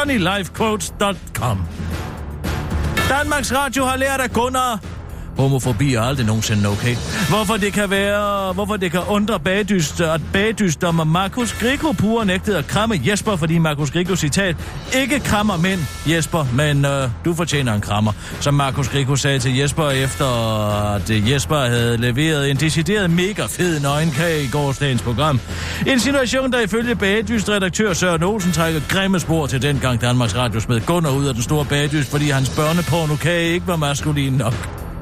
S4: funnylifequotes.com. Danmarks Radio har lært af Gunnar. Homofobi er aldrig nogensinde okay. Hvorfor det kan undre bagdysdommer Markus Grieco pure nægtede at kramme Jesper, fordi Markus Grieco, citat, ikke krammer mænd, Jesper, men du fortjener en krammer. Som Markus Grieco sagde til Jesper, efter at Jesper havde leveret en decideret mega fed nøgenkage i gårsdagens program. En situation, der ifølge bagdyst-redaktør Søren Olsen trækker grimme spor til dengang Danmarks Radio smed Gunnar ud af den store bagdyst, fordi hans børnepornokage ikke var maskulin nok.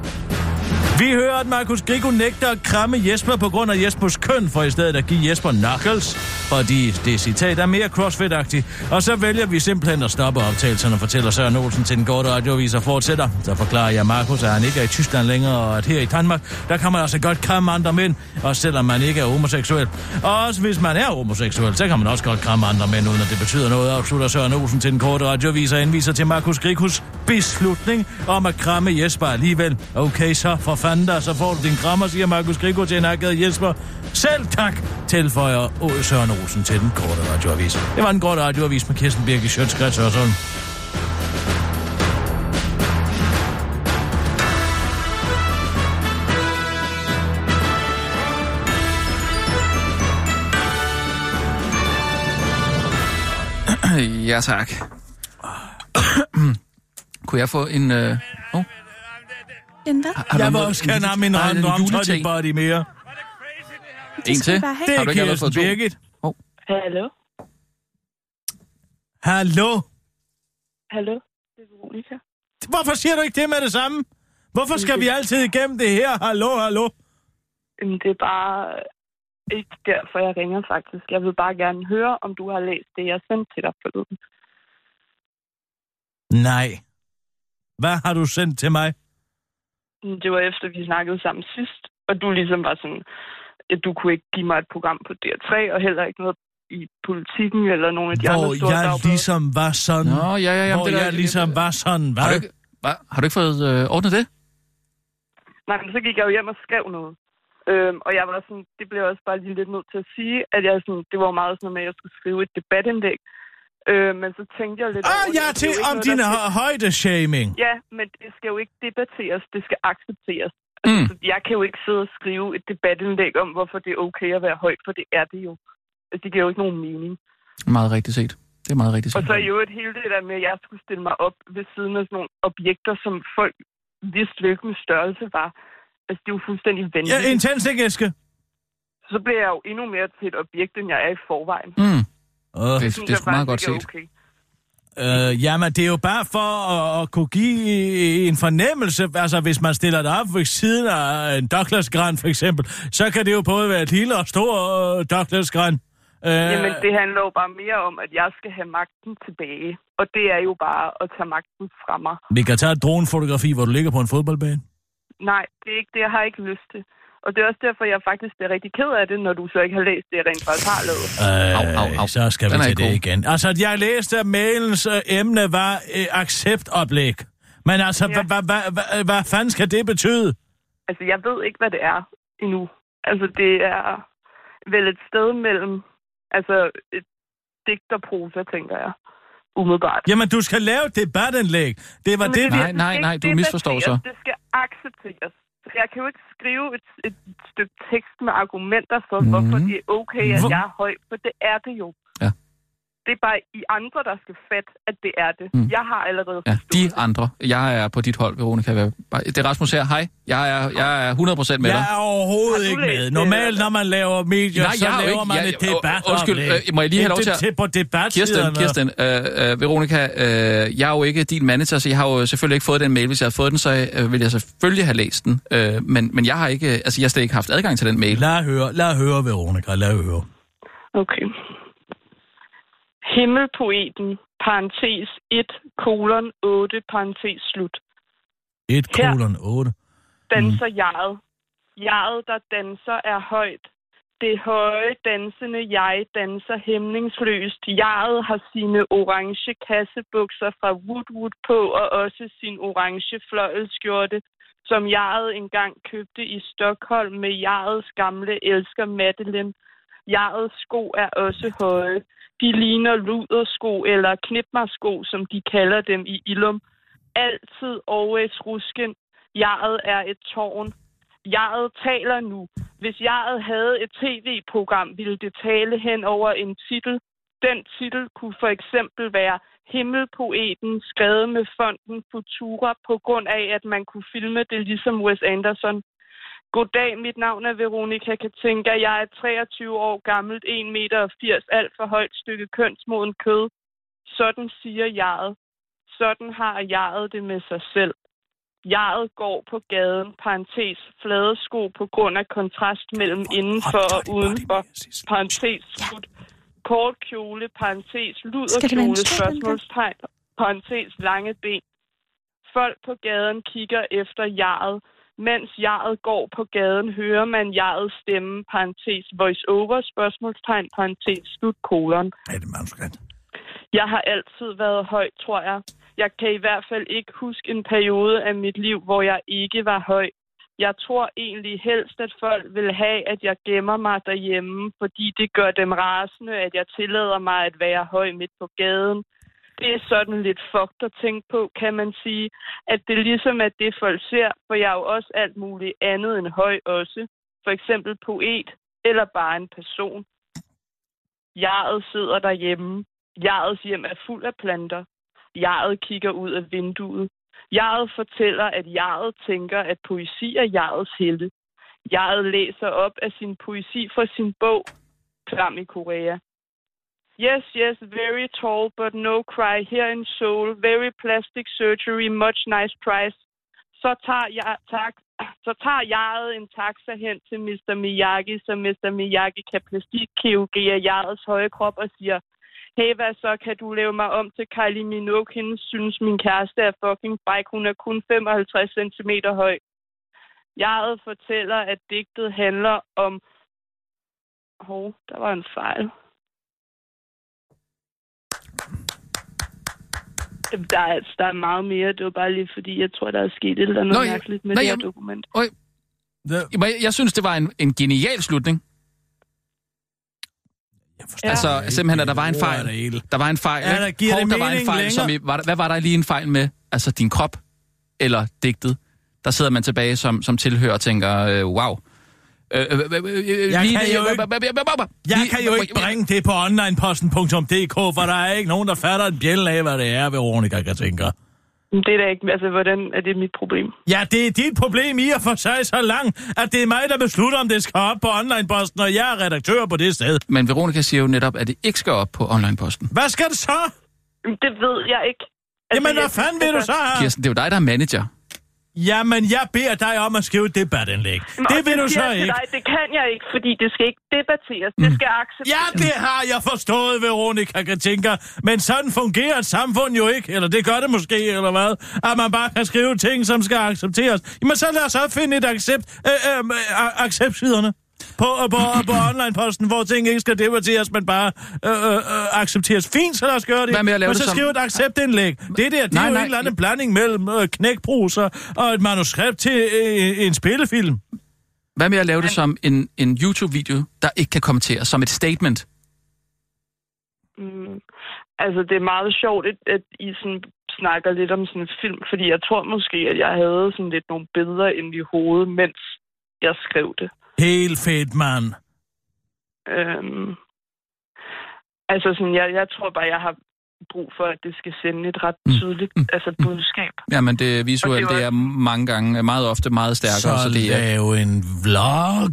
S4: Vi hører, at Markus Grieco nægter at kramme Jesper på grund af Jespers køn, for i stedet at give Jesper knuckles, fordi det citat er mere crossfit-agtigt. Og så vælger vi simpelthen at stoppe optagelserne, fortæller Søren Olsen til den korte radioavis og fortsætter. Så forklarer jeg Markus, at han ikke er i Tyskland længere, og at her i Danmark, der kan man altså godt kramme andre mænd, også selvom man ikke er homoseksuel. Og også hvis man er homoseksuel, så kan man også godt kramme andre mænd, uden at det betyder noget, afslutter Søren Olsen til den korte radioavis og indviser til Markus Griecos beslutning om at kramme Jesper alligevel. Okay, så for fanden der, så får du din krammer, siger Markus Grieco til en akket Jesper. Selv tak, tilføjer Søren Olsen til den korte radioavis. Det var den korte radioavis med Kirsten Birgit Schøtz-Krets Hørsholm.
S5: Ja, tak. Kunne jeg få en...
S6: En hvad?
S4: Jeg vil også gerne have min hånd om Toddy Body mere.
S5: En til?
S4: Det er Kirsten Birgit.
S14: Hallo?
S4: Hallo?
S14: Hallo? Det er Veronica.
S4: Hvorfor siger du ikke det med det samme? Hvorfor skal vi altid igennem det her? Hallo?
S14: Jamen, det er bare ikke derfor, jeg ringer faktisk. Jeg vil bare gerne høre, om du har læst det, jeg sendte til dig forleden.
S4: Nej. Hvad har du sendt til mig?
S14: Det var efter, vi snakkede sammen sidst, og du ligesom var sådan, at du kunne ikke give mig et program på DR3, og heller ikke noget i Politikken, eller nogle af de andre store dagblade.
S4: Hvor jeg ligesom var sådan.
S5: Nå, ja,
S4: hvor jeg ligesom var sådan.
S5: Har du ikke fået ordnet det?
S14: Nej, men så gik jeg jo hjem og skrev noget. Og jeg var sådan, det blev også bare lige lidt nødt til at sige, at jeg sådan, det var meget sådan, at jeg skulle skrive et debatindlæg. Men så tænkte jeg lidt
S4: om din højdeshaming.
S14: Ja, men det skal jo ikke debatteres, det skal accepteres. Altså, jeg kan jo ikke sidde og skrive et debatindlæg om, hvorfor det er okay at være høj, for det er det jo. Altså, det giver jo ikke nogen mening.
S5: Meget rigtigt set. Det er meget rigtigt set.
S14: Og så er jo et hele det der med, at jeg skulle stille mig op ved siden af sådan nogle objekter, som folk vidste, hvilken størrelse var. Altså, det er jo fuldstændig vanvittigt.
S4: Ja, en tændstikæske.
S14: Så bliver jeg jo endnu mere til et objekt, end jeg er i forvejen.
S5: Det er sgu meget godt set.
S14: Okay.
S4: Jamen, det er jo bare for at kunne give en fornemmelse. Altså, hvis man stiller det op ved siden af en Douglas-gran, for eksempel, så kan det jo både være et lille og stor Douglas-gran.
S14: Jamen, det handler jo bare mere om, at jeg skal have magten tilbage. Og det er jo bare at tage magten fra mig.
S4: Vi kan tage et dronefotografi, hvor du ligger på en fodboldbane.
S14: Nej, det er ikke det. Jeg har ikke lyst til. Og det er også derfor, jeg faktisk er rigtig ked af det, når du så ikke har læst det, jeg rent faktisk har lavet.
S4: Så skal vi til det igen. Altså, jeg læste, at mailens emne var acceptoplæg. Men altså, hvad fanden skal det betyde?
S14: Altså, jeg ved ikke, hvad det er endnu. Altså, det er vel et sted mellem, altså, et digt og prosa, tænker jeg. Umiddelbart.
S4: Jamen, du skal lave et debatindlæg. Det var det, vi...
S5: Nej, du misforstår så.
S14: Det skal accepteres. Jeg kan jo ikke skrive et stykke tekst med argumenter for, hvorfor det er okay, at jeg er høj, for det er det jo.
S5: Ja.
S14: Det er bare I andre, der skal fatte, at det er det. Jeg har allerede
S5: forstået de andre. Jeg er på dit hold, Veronica. Det er Rasmus her. Hej. Jeg er 100% med dig.
S4: Jeg er overhovedet ikke med. Normalt, når man laver medier, så laver man et debat.
S5: Undskyld, må jeg lige have lov til
S4: på debatsiderne.
S5: Kirsten, Veronica, jeg er jo ikke din manager, så jeg har jo selvfølgelig ikke fået den mail. Hvis jeg havde fået den, så ville jeg selvfølgelig have læst den. Men jeg har ikke, altså jeg har slet ikke haft adgang til den mail.
S4: Lad høre, Veronica. Lad høre.
S14: Okay. Himmelpoeten, parentes 1:8, parentes slut.
S4: 1:8.
S14: Danser jeget. Jeget, der danser, er højt. Det høje, dansende jeg danser hæmningsløst. Jeget har sine orange kassebukser fra Woodwood på, og også sin orange fløjlskjorte, som jeget engang købte i Stockholm med jegets gamle elsker Madeleine. Jegets sko er også høje. De ligner ludersko eller knipmarsko, som de kalder dem i Illum. Altid always rusken. Jeget er et tårn. Jeget taler nu. Hvis jeget havde et tv-program, ville det tale hen over en titel. Den titel kunne for eksempel være Himmelpoeten, skrevet med fonden Futura, på grund af, at man kunne filme det ligesom Wes Anderson. Goddag, mit navn er Veronica Katinka. Jeg er 23 år gammelt, 1,80 meter, alt for højt stykke kønsmoden kød. Sådan siger jeget. Sådan har jeget det med sig selv. Jeget går på gaden, parentes, flade sko på grund af kontrast mellem indenfor og udenfor, parentes, slut. Kort kjole, parentes, luderkjole, spørgsmålstegn, parentes, lange ben. Folk på gaden kigger efter jeget. Mens jeget går på gaden, hører man jegets stemme, parentes, voice-over, spørgsmålstegn, parentes, slut, kolon. Jeg har altid været høj, tror jeg. Jeg kan i hvert fald ikke huske en periode af mit liv, hvor jeg ikke var høj. Jeg tror egentlig helst, at folk vil have, at jeg gemmer mig derhjemme, fordi det gør dem rasende, at jeg tillader mig at være høj midt på gaden. Det er sådan lidt fucked at tænke på, kan man sige, at det ligesom er det, folk ser, for jeg er jo også alt muligt andet end høj også. For eksempel poet, eller bare en person. Jeget sidder derhjemme. Jegets hjem er fuld af planter. Jeget kigger ud af vinduet. Jeget fortæller, at jeget tænker, at poesi er jegets helte. Jeget læser op af sin poesi fra sin bog, Klam i Korea. Yes, very tall, but no cry. Here in Seoul, very plastic surgery, much nice price. Så tager jeget en taxa hen til Mr. Miyagi, så Mr. Miyagi kan plastikkirurgere jegets høje krop og siger, hey, hvad så, kan du lave mig om til Kylie Minogue? Hende synes, min kæreste er fucking fræk. Hun er kun 55 cm høj. Jeget fortæller, at digtet handler om... der var en fejl. Der er meget mere. Det var bare lige fordi, jeg tror, der er sket et eller andet mærkeligt med det her dokument.
S5: Jeg synes, det var en genial slutning. Altså, simpelthen, at der var en fejl. Der var en fejl.
S4: Ja, der giver det
S5: der var en fejl, hvad var der lige en fejl med? Altså, din krop eller digtet? der sidder man tilbage som tilhører og tænker, wow.
S4: Jeg kan jo ikke bringe det på onlineposten.dk, for der er ikke nogen, der fatter en bjælle af, hvad det er, Veronica Katinka.
S14: Det er da ikke, altså hvordan er det mit problem?
S4: Ja, det er dit problem i at få sig så langt, at det er mig, der beslutter, om det skal op på onlineposten, og jeg er redaktør på det sted.
S5: Men Veronica siger jo netop, at det ikke skal op på onlineposten.
S4: Hvad skal det så?
S14: Det ved jeg ikke.
S4: Altså, jamen, hvad fanden vil du så have?
S5: Kirsten, det er jo dig, der er manager.
S4: Jamen, jeg beder dig om at skrive et debatindlæg. Det vil du så ikke.
S14: Dig, det kan jeg ikke, fordi det skal ikke debatteres. Det skal accepteres.
S4: Ja, det har jeg forstået, Veronica Katinka. Men sådan fungerer et samfund jo ikke. Eller det gør det måske, eller hvad? At man bare kan skrive ting, som skal accepteres. Jamen, så lad os så finde et acceptsiderne på onlineposten, hvor ting ikke skal debatteres, men bare accepteres. Fint, så lad os gøre det. Men så skriv et acceptindlæg. Det er jo en eller anden blanding mellem knækbruser og et manuskript til en spillefilm.
S5: Hvad med at lave det som en YouTube-video, der ikke kan kommenteres, som et statement?
S14: Altså, det er meget sjovt, at I sådan snakker lidt om sådan en film, fordi jeg tror måske, at jeg havde sådan lidt nogle billeder inde i hovedet, mens jeg skrev det.
S4: Helt fedt, mand.
S14: Altså, sådan, jeg tror bare, jeg har brug for, at det skal sende et ret tydeligt budskab.
S5: Jamen, det visuelt, det er mange gange, meget ofte meget stærkere.
S4: Så det lav en vlog.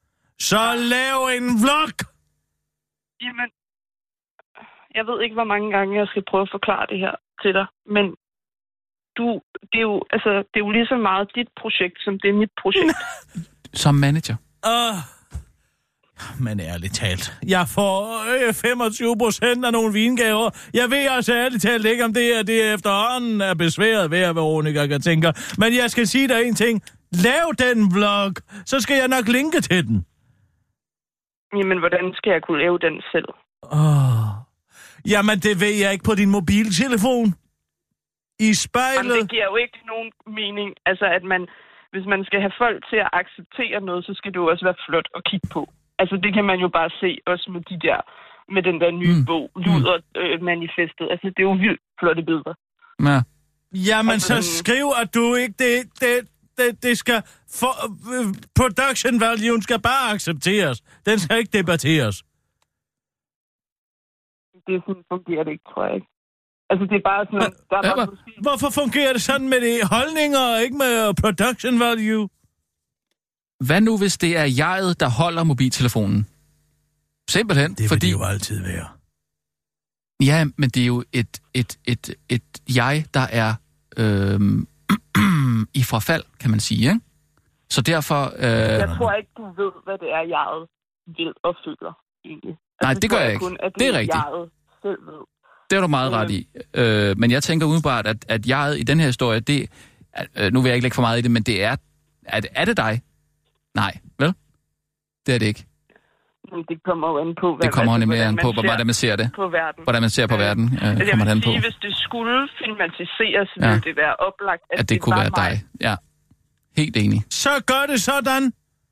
S4: Jamen,
S14: jeg ved ikke, hvor mange gange jeg skal prøve at forklare det her til dig, men det er jo lige så meget dit projekt, som det er mit projekt.
S5: Som manager?
S4: Men ærligt talt, jeg får 25% af nogle vingaver. Jeg ved altså ærligt talt ikke, om det efterhånden er besværet ved at Veronica Katinka. Men jeg skal sige dig en ting. Lav den vlog, så skal jeg nok linke til den.
S14: Jamen, hvordan skal jeg kunne lave den selv?
S4: Jamen, det ved jeg ikke på din mobiltelefon. I spejlet.
S14: Jamen, det giver jo ikke nogen mening. Altså, at hvis man skal have folk til at acceptere noget, så skal det jo også være flot at kigge på. Altså, det kan man jo bare se også med den der nye bog, Luder-manifestet. Altså, det er jo vildt flotte billeder.
S5: Ja.
S4: Jamen, altså, så skriv, at du ikke... Det skal... production value skal bare accepteres. Den skal ikke debatteres.
S14: Det fungerer det ikke, tror jeg ikke. Altså, det er bare sådan...
S4: Hvorfor fungerer det sådan med de holdninger, og ikke med production value?
S5: Hvad nu, hvis det er jeget, der holder mobiltelefonen? Simpelthen,
S4: det vil det jo altid være.
S5: Ja, men det er jo et jeg, der er i forfald, kan man sige, ikke? Så derfor...
S14: Jeg tror ikke, du ved, hvad det er, jeget vil og føler, egentlig.
S5: Nej, det gør jeg ikke. Det er rigtigt.
S14: Jeget selv ved.
S5: Det er du meget ret i. Men jeg tænker umiddelbart, at jeget i den her historie, det... nu vil jeg ikke lægge for meget i det, men det er... Er det dig? Nej, vel? Det er det ikke.
S14: Det kommer jo an på,
S5: det kommer mere an på, hvordan man ser det.
S14: På verden.
S5: Hvordan man ser på verden, kommer det an på.
S14: Hvis det skulle filmatiseres, ville det være oplagt,
S5: at det kunne være dig. Ja, helt enig.
S4: Så gør det sådan.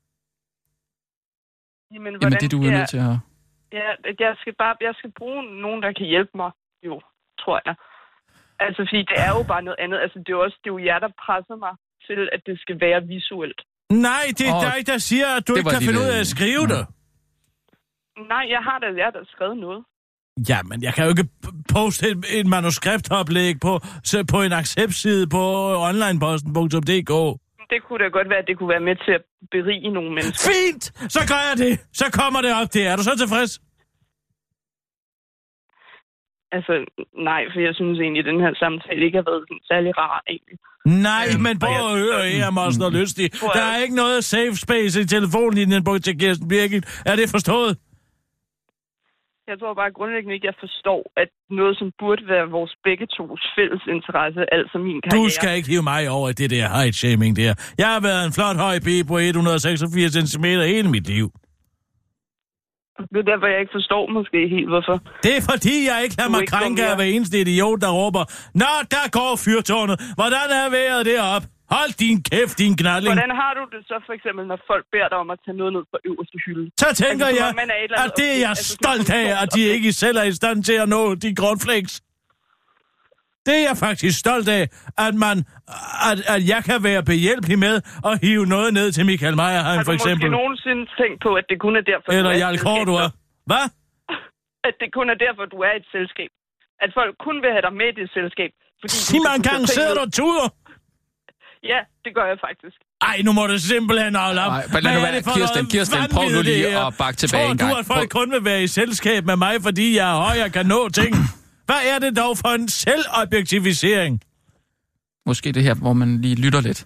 S14: Jamen
S5: det er du er nødt til at...
S14: Ja, jeg skal bruge nogen, der kan hjælpe mig, jo, tror jeg. Altså, fordi det er jo bare noget andet. Altså, det er jo jer, der presser mig til, at det skal være visuelt.
S4: Nej, det er dig, der siger, at du ikke kan finde ud af at skrive det.
S14: Nej, jeg har da skrevet noget.
S4: Ja, men jeg kan jo ikke poste et manuskriptoplæg på en acceptside på onlineposten.dk.
S14: Det kunne da godt være, at det kunne være med til at berige nogle mennesker.
S4: Fint! Så gør jeg det! Så kommer det op. Er du så tilfreds?
S14: Altså, nej, for jeg synes egentlig, at den her samtale ikke har været særlig rar, egentlig.
S4: Nej, men prøv at høre her, Mosten og Lystig. Der er ikke noget safe space i telefonlinjen på til Kirsten Birgit. Er det forstået?
S14: Jeg tror bare grundlæggende ikke, jeg forstår, at noget, som burde være vores begge tos fælles interesse, altså min karriere.
S4: Du skal ikke hive mig over det der height-shaming der. Jeg har været en flot høj pige på 186 cm hele mit liv.
S14: Det er derfor, jeg ikke forstår måske helt, hvorfor.
S4: Det er fordi, jeg ikke lader mig krænke af hver eneste idiot, der råber, nå, der går fyrtårnet. Hvordan er vejret deroppe? Hold din kæft, din knalding.
S14: Hvordan har du det så for eksempel, når folk beder dig om at tage noget ned på øverste hylde?
S4: Så tænker jeg, at det er jeg stolt af, at de ikke selv er i stand til at nå de cornflakes. Det er jeg faktisk stolt af, at jeg kan være behjælpelig med at hive noget ned til Michael Meyerheim, for eksempel.
S14: Har du måske nogensinde tænkt på, at det kun er derfor,
S4: eller Jarl Cordua. Hvad?
S14: At det kun er derfor, du er et selskab. At folk kun vil have dig med i det selskab.
S4: Sig mig engang, sidder du og tuder?
S14: Ja, det gør jeg faktisk.
S4: Ej, nu må det simpelthen holde op.
S5: Men lad nu være, Kirsten, prøv nu lige at bakke tilbage en gang.
S4: Tror du, at folk kun vil være i selskab med mig, fordi jeg er høj og kan nå ting? Hvad er det dog for en selvobjektivisering?
S5: Måske det her, hvor man lige lytter lidt.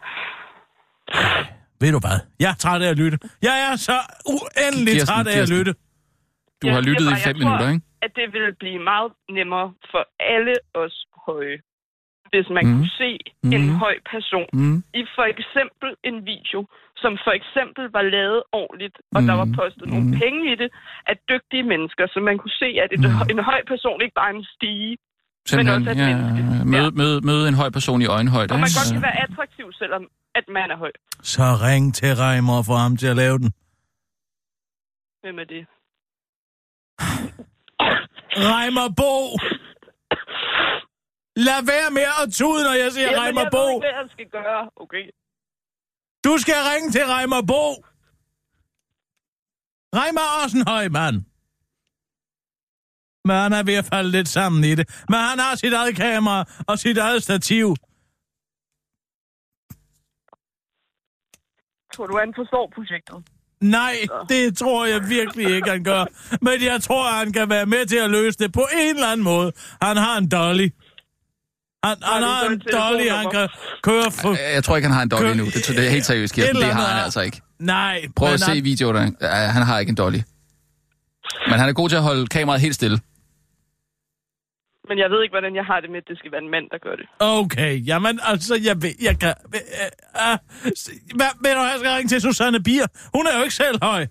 S4: Ved du hvad? Jeg er træt af at lytte. Jeg er så uendelig træt af at lytte.
S5: Du har lyttet i 5 minutter, ikke?
S14: At det vil blive meget nemmere for alle os høje, hvis man kunne se en høj person i for eksempel en video, som for eksempel var lavet ordentligt, og der var postet nogle penge i det, af dygtige mennesker, så man kunne se, at en høj person ikke bare er en stige, men også et menneske.
S5: Møde en høj person i øjenhøjde.
S14: Og man godt kan være attraktiv, selvom at man er høj.
S4: Så ring til Reimer og få ham til at lave den.
S14: Hvem er det?
S4: Reimer Bo! Lad være med at tude, når jeg siger Reimer Bo!
S14: Jeg ved ikke, hvad jeg skal gøre, okay?
S4: Du skal ringe til Reimer Bo! Reimer er også en høj mand. Men han er ved at falde lidt sammen i det. Men han har sit eget kamera og sit eget stativ.
S14: Tror du, han forstår projektet?
S4: Nej, det tror jeg virkelig ikke, han gør. Men jeg tror, han kan være med til at løse det på en eller anden måde. Han har en dolly. Han har en dolly, han kan køre for...
S5: Jeg tror ikke, han har en dolly nu. Det er helt seriøst, Kirsten. Det har han altså ikke.
S4: Nej.
S5: Prøv at se videoen. Han har ikke en dolly. Men han er god til at holde kameraet helt stille.
S14: Men jeg ved ikke, hvordan jeg har det med, at det skal være en mand, der gør det.
S4: Okay, jamen altså, jeg kan... Ved du, jeg skal ringe til Susanne Bier. Hun er jo ikke selv høj.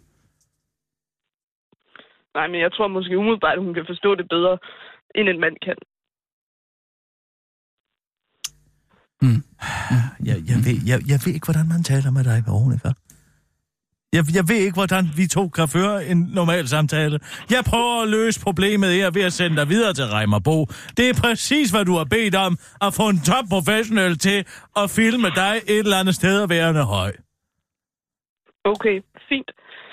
S14: Nej, men jeg tror måske umiddelbart, at hun kan forstå det bedre, end en mand kan.
S4: Jeg ved ikke, hvordan man taler med dig, Veronica. Jeg ved ikke, hvordan vi to kan føre en normal samtale. Jeg prøver at løse problemet her ved at sende dig videre til Reimer Bo. Det er præcis, hvad du har bedt om, at få en topprofessionel til at filme dig et eller andet sted og værende høj.
S14: Okay, fint.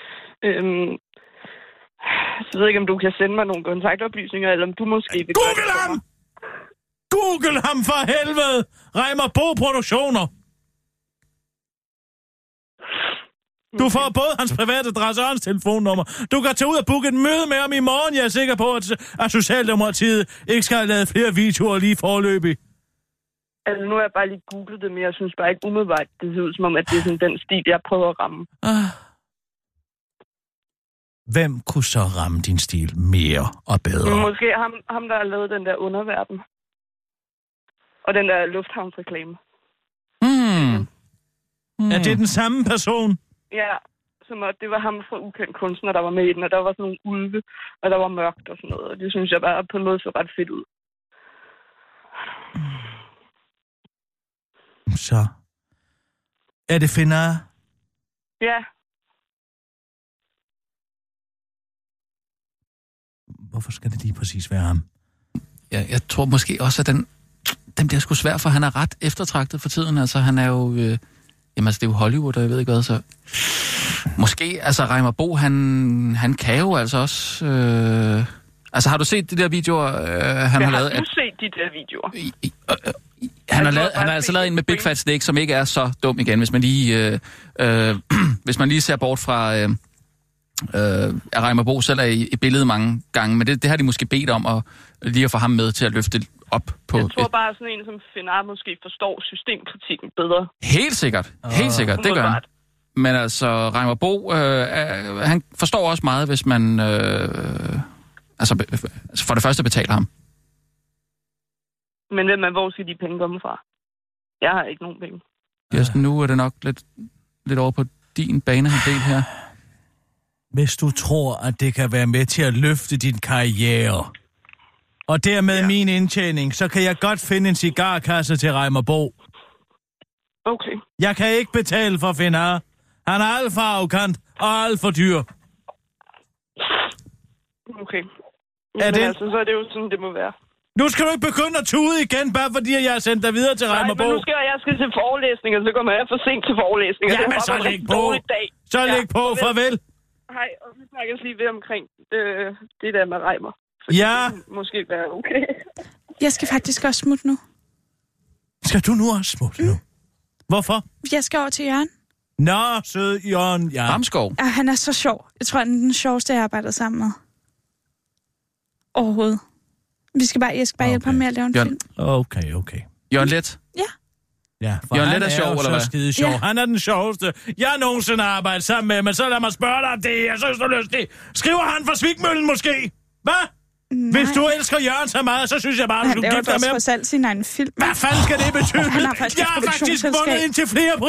S14: Så ved jeg ikke, om du kan sende mig nogle kontaktoplysninger, eller om du måske vil...
S4: Google ham! Google ham for helvede! Reimer Bo Produktioner! Du får både hans private adresse og hans telefonnummer. Du kan tage ud og booke et møde med ham i morgen. Jeg er sikker på, at Socialdemokratiet ikke skal have lavet flere videoer lige forløbig.
S14: Altså, nu har jeg bare lige googlet det, men jeg synes bare ikke umiddelbart, det ser ud som om, at det er sådan den stil, jeg prøver at ramme.
S4: Hvem kunne så ramme din stil mere og bedre?
S14: Måske ham der har lavet den der underverden. Og den der lufthavnsreklame.
S4: Er det den samme person?
S14: Ja, det var ham fra Ukendt Kunstner, der var med i den, og der var sådan nogle ulve, og der var mørkt og sådan noget, og det synes jeg bare på en måde så ret fedt ud.
S4: Så. Er det Finar?
S14: Ja.
S5: Hvorfor skal det lige præcis være ham? Ja, jeg tror måske også, at den bliver sgu svær, for han er ret eftertragtet for tiden. Altså, han er jo... jamen, altså, det er jo Hollywood, og jeg ved ikke hvad, så... Måske, altså, Reimer Bo, han kan jo altså også... altså, har du set de der videoer, han har lavet?
S14: Har du set de der videoer?
S5: Han har altså lavet en med Big Fat Snake, som ikke er så dum igen, hvis man lige, hvis man lige ser bort fra... at Reimer Bo selv er i billedet mange gange, men det har de måske bedt om, og lige at få ham med til at løfte op på... Jeg
S14: tror bare, sådan en som Finar måske forstår systemkritikken bedre.
S5: Helt sikkert, det gør han. Men altså, Reimer Bo, han forstår også meget, hvis man for det første betaler ham.
S14: Men hvor skal de penge komme fra? Jeg har ikke nogen penge.
S5: Kirsten, nu er det nok lidt over på din banehalvdel her.
S4: Hvis du tror, at det kan være med til at løfte din karriere, og dermed min indtjening, så kan jeg godt finde en cigarkasse til Reimer Bo.
S14: Okay.
S4: Jeg kan ikke betale for Finar. Han er alt for arrogant og alt for dyr.
S14: Okay. Men altså, så er det jo sådan, det må være.
S4: Nu skal du ikke begynde at tude igen, bare fordi jeg har sendt dig videre til Reimer Bo.
S14: Nej, men nu skal jeg til forelæsning, og så kommer jeg for sent til forelæsning.
S4: Ja, men så læg på. Så læg på, farvel.
S14: Hej, og vi snakkes lige ved omkring det der med Reimer.
S4: Ja.
S14: Det måske være okay.
S6: Jeg skal faktisk også smutte nu.
S4: Skal du nu også smutte nu? Hvorfor?
S6: Jeg skal over til Jørgen.
S4: Nå, sød Jørgen. Ja.
S5: Ramskov.
S6: Ja, han er så sjov. Jeg tror, han er den sjoveste, jeg har arbejdet sammen med. Overhovedet. Jeg skal bare hjælpe ham med at lave en film.
S4: Okay.
S5: Jørgen Let?
S4: Ja, for
S5: Jørgen
S4: han
S5: Let er sjov, eller hvad?
S4: Skide sjov. Ja. Han er den sjoveste, jeg nogensinde har arbejdet sammen med, men så lad mig spørge dig om det, jeg synes, du er lystig. Skriver han for Svigmøllen måske? Hvad? Nej. Hvis du elsker Jørgen så meget, så synes jeg bare, at du gifter med ham.
S6: Han laver også sin egen film.
S4: Hvad fanden skal det betyde?
S6: Han har faktisk
S4: jeg har faktisk vundet indtil flere